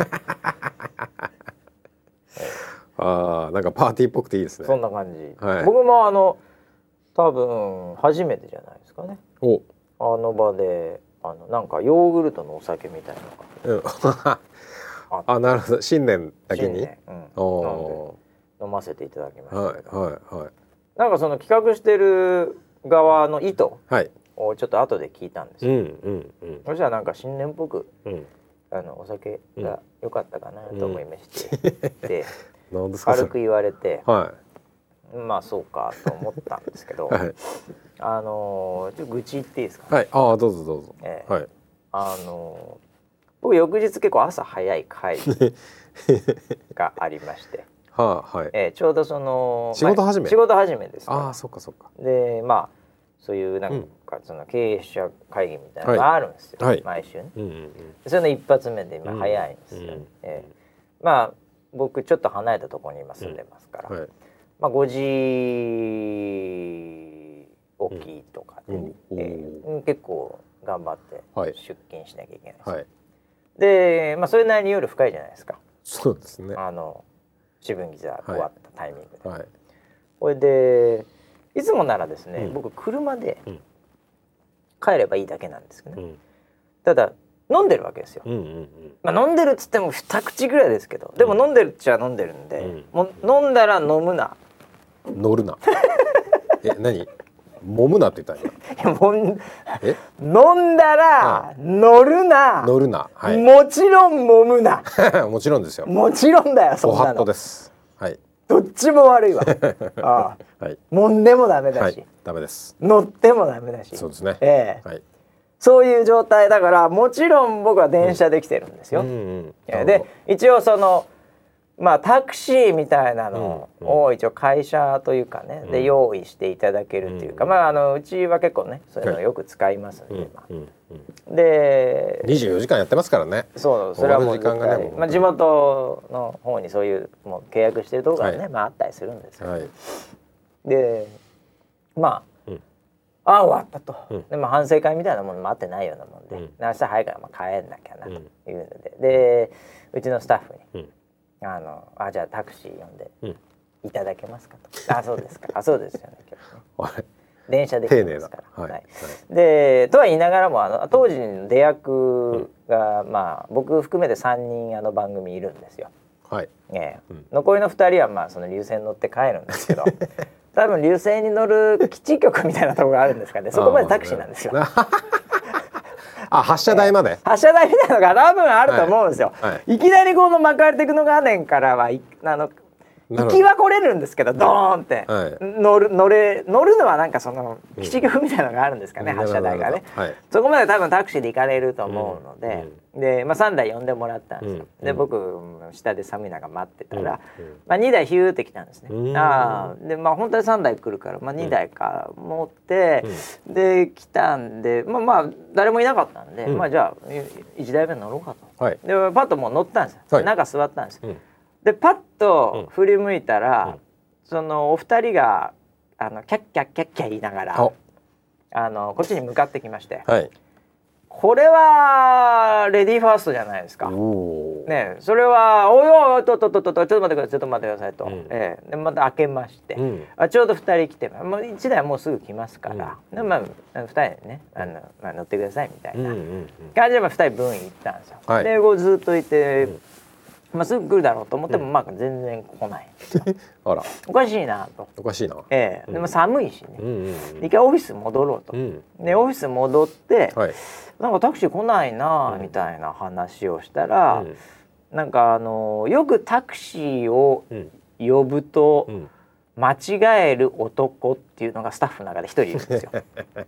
なんかパーティーっぽくていいですね。 そんな感じ。僕も多分初めてじゃないですかね。あの場でなんかヨーグルトのお酒みたいなのが。 なるほど。新年だけに。 飲ませていただきましたけど。なんかその企画してる側の意図をちょっと後で聞いたんですよ。そしたらなんか新年っぽくお酒が良かったかなと思いまして軽く言われて、まあそうかと思ったんですけど、ちょっと愚痴言っていいですか？ どうぞどうぞ。 僕翌日結構朝早い会がありまして、ちょうどその仕事始めですね。 そっかそっか。 でそういうなんかその経営者会議みたいなのがあるんですよ、毎週ね。それの一発目で今早いんですよ。僕ちょっと離れたところに今住んでますから、5時起きとかで、結構頑張って出勤しなきゃいけないです。でそれなりに夜深いじゃないですか。 そうですね。 四分ギザ終わったタイミングで、これでいつもならですね、僕車で帰ればいいだけなんですけどね。ただ飲んでるわけですよ。飲んでるっつっても2口ぐらいですけど、でも飲んでるっちゃ飲んでるんで、もう飲んだら飲むな乗るな何揉むなって言ったんや。 飲んだら乗るな。 乗るな。 もちろん揉むな。 もちろんですよ。 もちろんだよ。そんなの。 ご法度です。 どっちも悪いわ。揉んでもダメだし、 ダメです。 乗ってもダメだし。 そうですね。 そういう状態だから、もちろん僕は電車で来てるんですよ。で一応そのタクシーみたいなのを一応会社というかね、で用意していただけるっていうか、うちは結構ねそういうのをよく使いますので、 24時間やってますからね。 それはもう時間がね、地元の方にそういうもう契約してるところがね、あったりするんですよ。で終わったと。で反省会みたいなものもあってないようなもんで、明日早いから帰んなきゃなというので、うちのスタッフにじゃあタクシー呼んでいただけますかと。そうですか。そうですよね。今日ね電車で来てますから。でとは言いながらも当時の出役が僕含めて3人番組いるんですよ。残りの2人はその流線に乗って帰るんですけど、多分流線に乗る基地局みたいなところがあるんですかね。そこまでタクシーなんですよ。 発射台まで、 発射台みたいなのが多分あると思うんですよ。いきなりこの巻かれていくのがねんからは行きは来れるんですけどドーンって、はい、乗るのはなんかその基地局みたいなのがあるんですかね、発車台がね、はい、そこまで多分タクシーで行かれると思うので、で、3台呼んでもらったんですよ、で僕下で寒い中待ってたら、2台ヒューって来たんですね、で本当に3台来るから、2台か持って、で来たんで誰もいなかったんで、じゃあ1台目乗ろうかと、はい、でパッともう乗ったんですよ、はい、中座ったんですよ、でパッと振り向いたら、そのお二人がキャッキャッキャッキャ言いながらこっちに向かってきまして、はい、これはレディーファーストじゃないですか。ね、それはおいおいちょっと待ってくださいちょっと待ってくださいと、でまた開けまして、ちょうど2人来て、1台もうすぐ来ますから、で2人でね乗ってくださいみたいな感じで2人分行ったんですよ、はい、でこうずっといて、すぐ来るだろうと思っても、全然来ないあらおかしいなと。 おかしいな、 でも寒いしね、一回オフィス戻ろうと、でオフィス戻って、はい、なんかタクシー来ないなみたいな話をしたら、なんかよくタクシーを呼ぶと間違える男っていうのがスタッフの中で一人いるんですよ。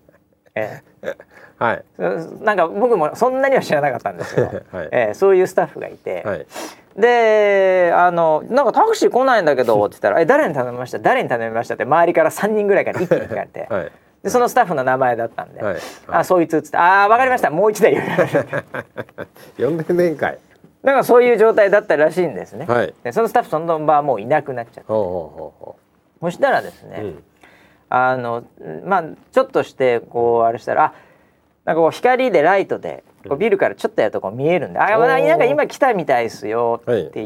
はい、なんか僕もそんなには知らなかったんですけど、はい、そういうスタッフがいて、はい、でなんかタクシー来ないんだけどって言ったら誰に頼みましたって周りから3人ぐらいから一気に聞かれて、はい、でそのスタッフの名前だったんで、はいはい、そいつっつって分かりましたもう一台呼んでねんかい。 なんかそういう状態だったらしいんですね、はい、でそのスタッフその場はもういなくなっちゃって、そしたらですね、ちょっとしてこうあれしたらなんかこう光でライトでこうビルからちょっとやるとこう見えるんで、なんか今来たみたいですよって言って、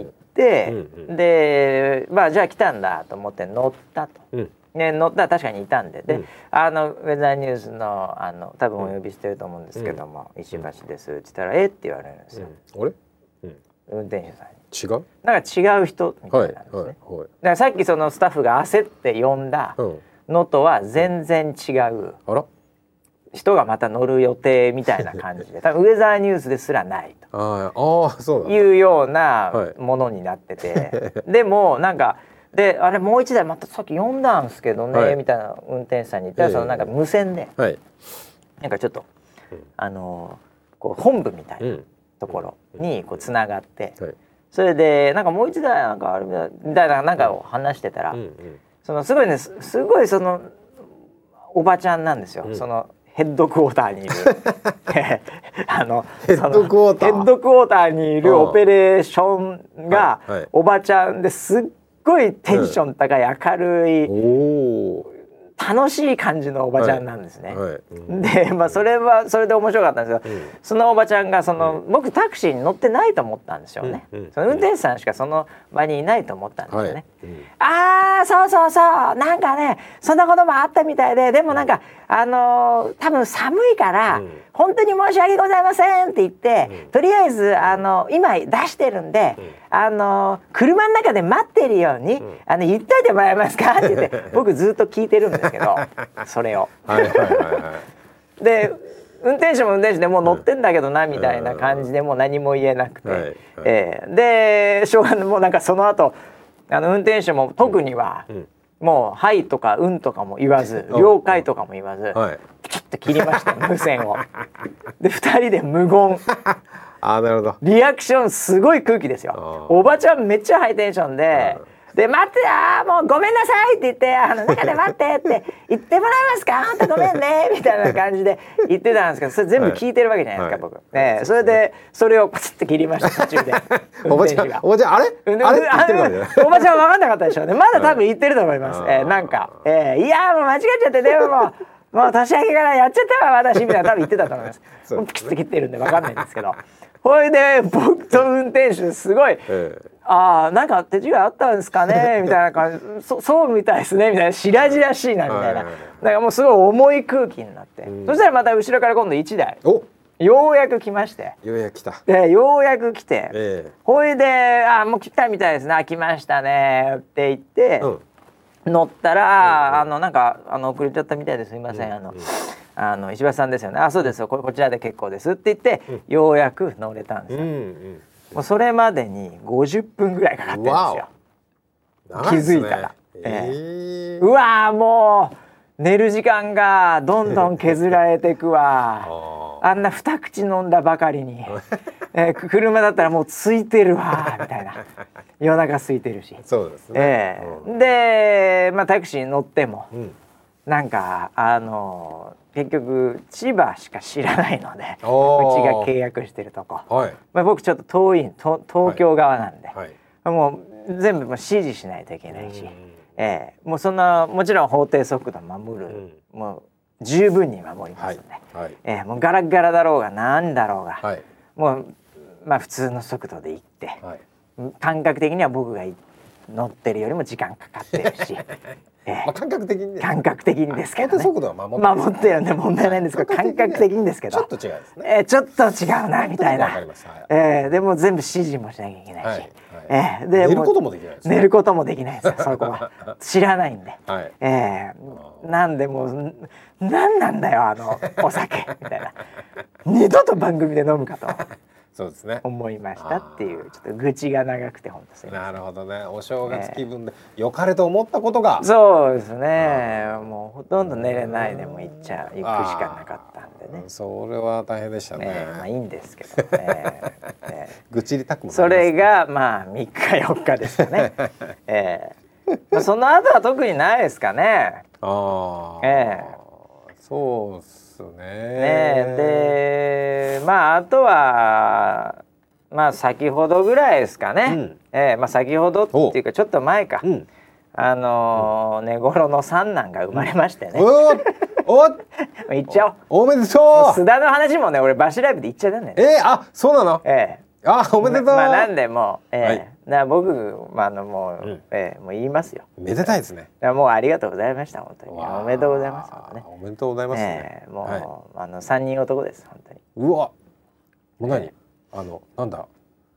でじゃあ来たんだと思って乗ったと、乗ったら確かにいたんで、でウェザーニュースの多分お呼びしてると思うんですけども、石橋ですって言ったらって言われるんですよ、あれ運転手さんに違うなんか違う人みたいなんですね、だからさっきそのスタッフが焦って呼んだのとは全然違う人がまた乗る予定みたいな感じで多分ウェザーニュースですらないというようなものになってて、でもなんかであれもう一台またさっき呼んだんですけどね、みたいな運転手さんに言ったらそのなんか無線で、なんかちょっとこう本部みたいなところにこうつながって、それでなんかもう一台なんかあれみたいななんかを話してたら、そのすごいそのおばちゃんなんですよ、そのヘッドクォーターにいるヘッドクォーターにいるオペレーションがおばちゃんですっごいテンション高い明るい楽しい感じのおばちゃんなんですね、でそれはそれで面白かったんですけど、そのおばちゃんが僕タクシーに乗ってないと思ったんですよね、その運転手さんしかその場にいないと思ったんですよね、そうなんかねそんなこともあったみたいで、でもなんか多分寒いから、本当に申し訳ございませんって言って、とりあえず今出してるんで、車の中で待ってるように言っといてもらえますかって言って僕ずっと聞いてるんですけどそれをで運転手も運転手でもう乗ってんだけどなみたいな感じでもう何も言えなくて、でしょうがないもうなんかその後運転手も特には、もう「はい」とか「うん」とかも言わず「了解」とかも言わずピキッと切りましたよ無線を。で2人で無言なるほどリアクションすごい空気ですよ。おばちゃんめっちゃハイテンションで。で待ってもうごめんなさいって言って中で待ってって言ってもらえますか本当ごめんねみたいな感じで言ってたんですけど、それ全部聞いてるわけじゃないですか、僕、それでそれをパチッと切りました途中でおばちゃんおばちゃんあれおばちゃん分かんなかったでしょうね。まだ多分言ってると思います、なんか、いやもう間違っちゃってでももう年明けからやっちゃったわ私みたいな多分言ってたと思いますピキッと切ってるんで分かんないんですけどほいで僕と運転手すごい、なんか手違いあったんですかねみたいな感じそうみたいですねみたいな白々しいなみたいな、なんかもうすごい重い空気になって、そしたらまた後ろから今度1台ようやく来まして、 ようやく来たようやく来て、ほいでもう来たみたいですね来ましたねって言って、乗ったら、なんか遅れちゃったみたいですいません、石橋さんですよねそうですよこちらで結構ですって言って、ようやく乗れたんですよ、もうそれまでに50分ぐらいかかってるんですよ。 気づいたら、うわーもう寝る時間がどんどん削られていくわあんな2口飲んだばかりに、車だったらもう空いてるわみたいな夜中空いてるしそうですね、 で、タクシーに乗っても、なんか結局千葉しか知らないのでうちが契約してるとこ、僕ちょっと遠い東京側なんで、もう全部もう指示しないといけないし、もうそんなもちろん法定速度守る、もう十分に守りますので、もうガラガラだろうがなんだろうが、もう普通の速度で行って、感覚的には僕が乗ってるよりも時間かかってるし感覚的に感覚的にですけどね、 速度は守ってるんで問題ないんですけど、感覚的にですけどちょっと違うですね、 ちょっと違うなみたいな、でも全部指示もしなきゃいけないし、 で寝ることもできないですね。 寝ることもできないですよそこは知らないんで、なんでもう何なんだよお酒みたいな二度と番組で飲むかとそうですね思いましたっていう、ちょっと愚痴が長くて本当すいません。 なるほどね、お正月気分で良かれと思ったことが、 そうですね、もうほとんど寝れないでも行くしかなかったんでね、 それは大変でしたね。 いいんですけどね愚痴りたくもなりますね。 それが3日4日ですかねその後は特にないですかね。 そうですね。 であとは先ほどぐらいですかね、先ほどっていうかちょっと前か、寝頃の三男が生まれましてね言っちゃおう、 おめでとう。 須田の話もね俺バシライブで言っちゃったんだよね。 そうなの。おめでとう。 なんでも僕もう言いますよ。 めでたいですね。 もうありがとうございました本当に。おめでとうございます。 おめでとうございますね。 もう3人男です本当に。 うわ、もう何なんだ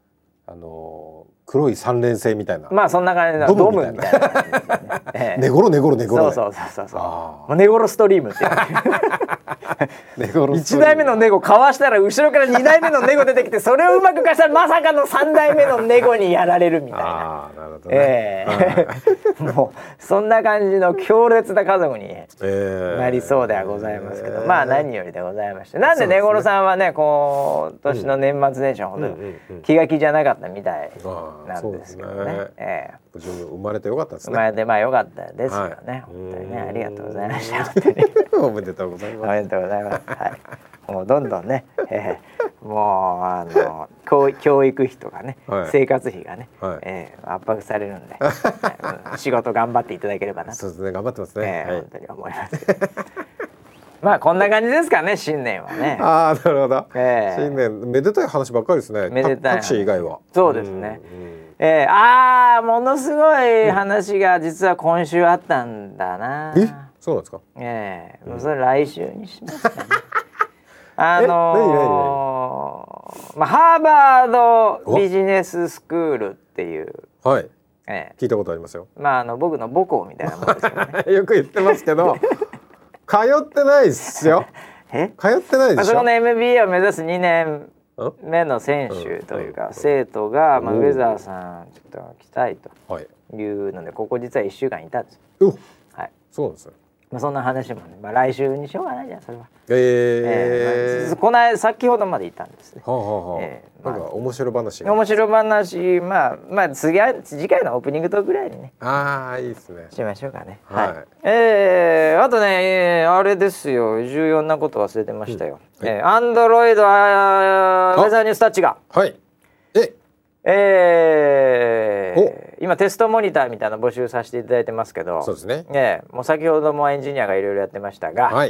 黒い三連星みたいな。 そんな感じのドムみたいな。 寝頃。 そう。もう寝頃ストリームっていう。1代目のネゴかわしたら後ろから2代目のネゴ出てきて、それをうまくかしたらまさかの3代目のネゴにやられるみたいな。 なるほどね。 もうそんな感じの強烈な家族になりそうではございますけど、何よりでございまして、なんで寝頃さんはね今年の年末年始は本当に気が気じゃなかったみたいなんですけどね。 無事に生まれてよかったですね。 生まれてよかったですよね。本当にねありがとうございました。 おめでとうございます。 おめでとうございます。もうどんどんね、もう教育費とかね、生活費がね、圧迫されるんで、仕事頑張っていただければなと。 そうですね、頑張ってますね。 本当に思います。こんな感じですかね、新年はね。 なるほど。新年めでたい話ばっかりですね。 めでたい。 タクシー以外は。 そうですね。ものすごい話が実は今週あったんだな。 そうなんですか。 もうそれ来週にしますかね。ハーバードビジネススクールっていう、 聞いたことありますよ。 僕の母校みたいなものですよね。 よく言ってますけど通ってないですよ。通ってないでしょ。 そこの MBA を目指す2年目の選手というか生徒が、ウェザーさんちょっと来たいというので、ここ実は1週間いたんですよ。 そうですね。 そんな話もね、来週にしようがないじゃんそれは。この間先ほどまでいたんですね。 なんか面白話。 次回のオープニングトークぐらいにね。 いいですね。 しましょうかね。あとね、あれですよ、重要なこと忘れてましたよ。アンドロイドウェザーニュースタッチが。今テストモニターみたいな募集させていただいてますけど、 そうですね。 もう先ほどもエンジニアがいろいろやってましたが、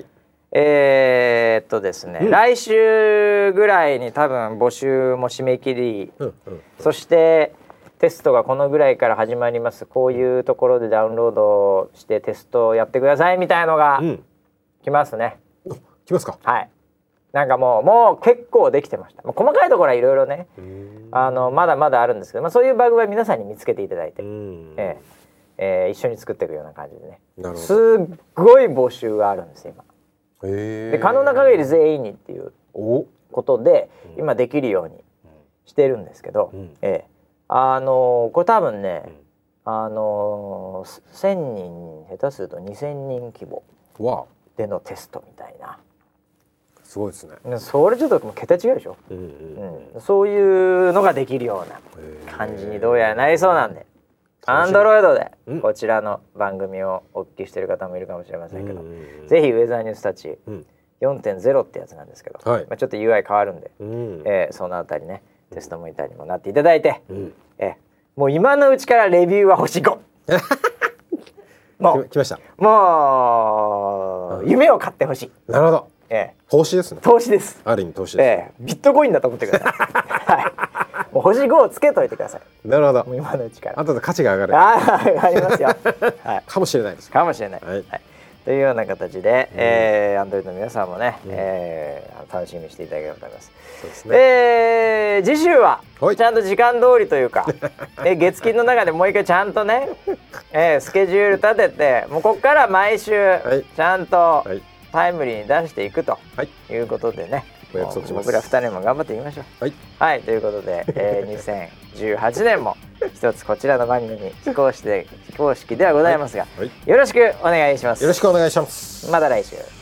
ですね、来週ぐらいに多分募集も締め切り、そしてテストがこのぐらいから始まります、こういうところでダウンロードしてテストをやってくださいみたいのが来ますね。 来ますか。 なんかもう結構できてました。細かいところはいろいろね、まだまだあるんですけど、そういうバグは皆さんに見つけていただいて、一緒に作っていくような感じでね。すっごい募集があるんです今。で可能な限り全員にっていうことで今できるようにしてるんですけど、これ多分ね、 1000人下手すると2000人規模でのテストみたいな。 すごいですね。 それちょっともう桁違いでしょ、そういうのができるような感じにどうやらなりそうなんで、Android でこちらの番組をお聞きしている方もいるかもしれませんけど、ぜひウェザーニュースタッチ 4.0 ってやつなんですけど、ちょっと UI 変わるんで、そのあたりねテストモニターにもなっていただいて、もう今のうちからレビューは星5もう来ました。 もう夢を買ってほしい。 なるほど。投資ですね。 投資です。 ある意味投資です。 ビットコインだと思ってください。はい。もう星5をつけといてください。 なるほど。 もう今のうちから。 後で価値が上がる。 上がりますよ。はい。 かもしれないです。 かもしれない。はい。というような形で、Android の皆さんもね、楽しみにしていただければと思います。そうですね。次週はちゃんと時間通りというか、月金の中でもう一回ちゃんとね、スケジュール立てて、もうここから毎週ちゃんとタイムリーに出していくということでね、僕ら2人も頑張っていきましょう。はい、ということで、2018年も一つこちらの番組非公式ではございますが、よろしくお願いします。 よろしくお願いします。 また来週。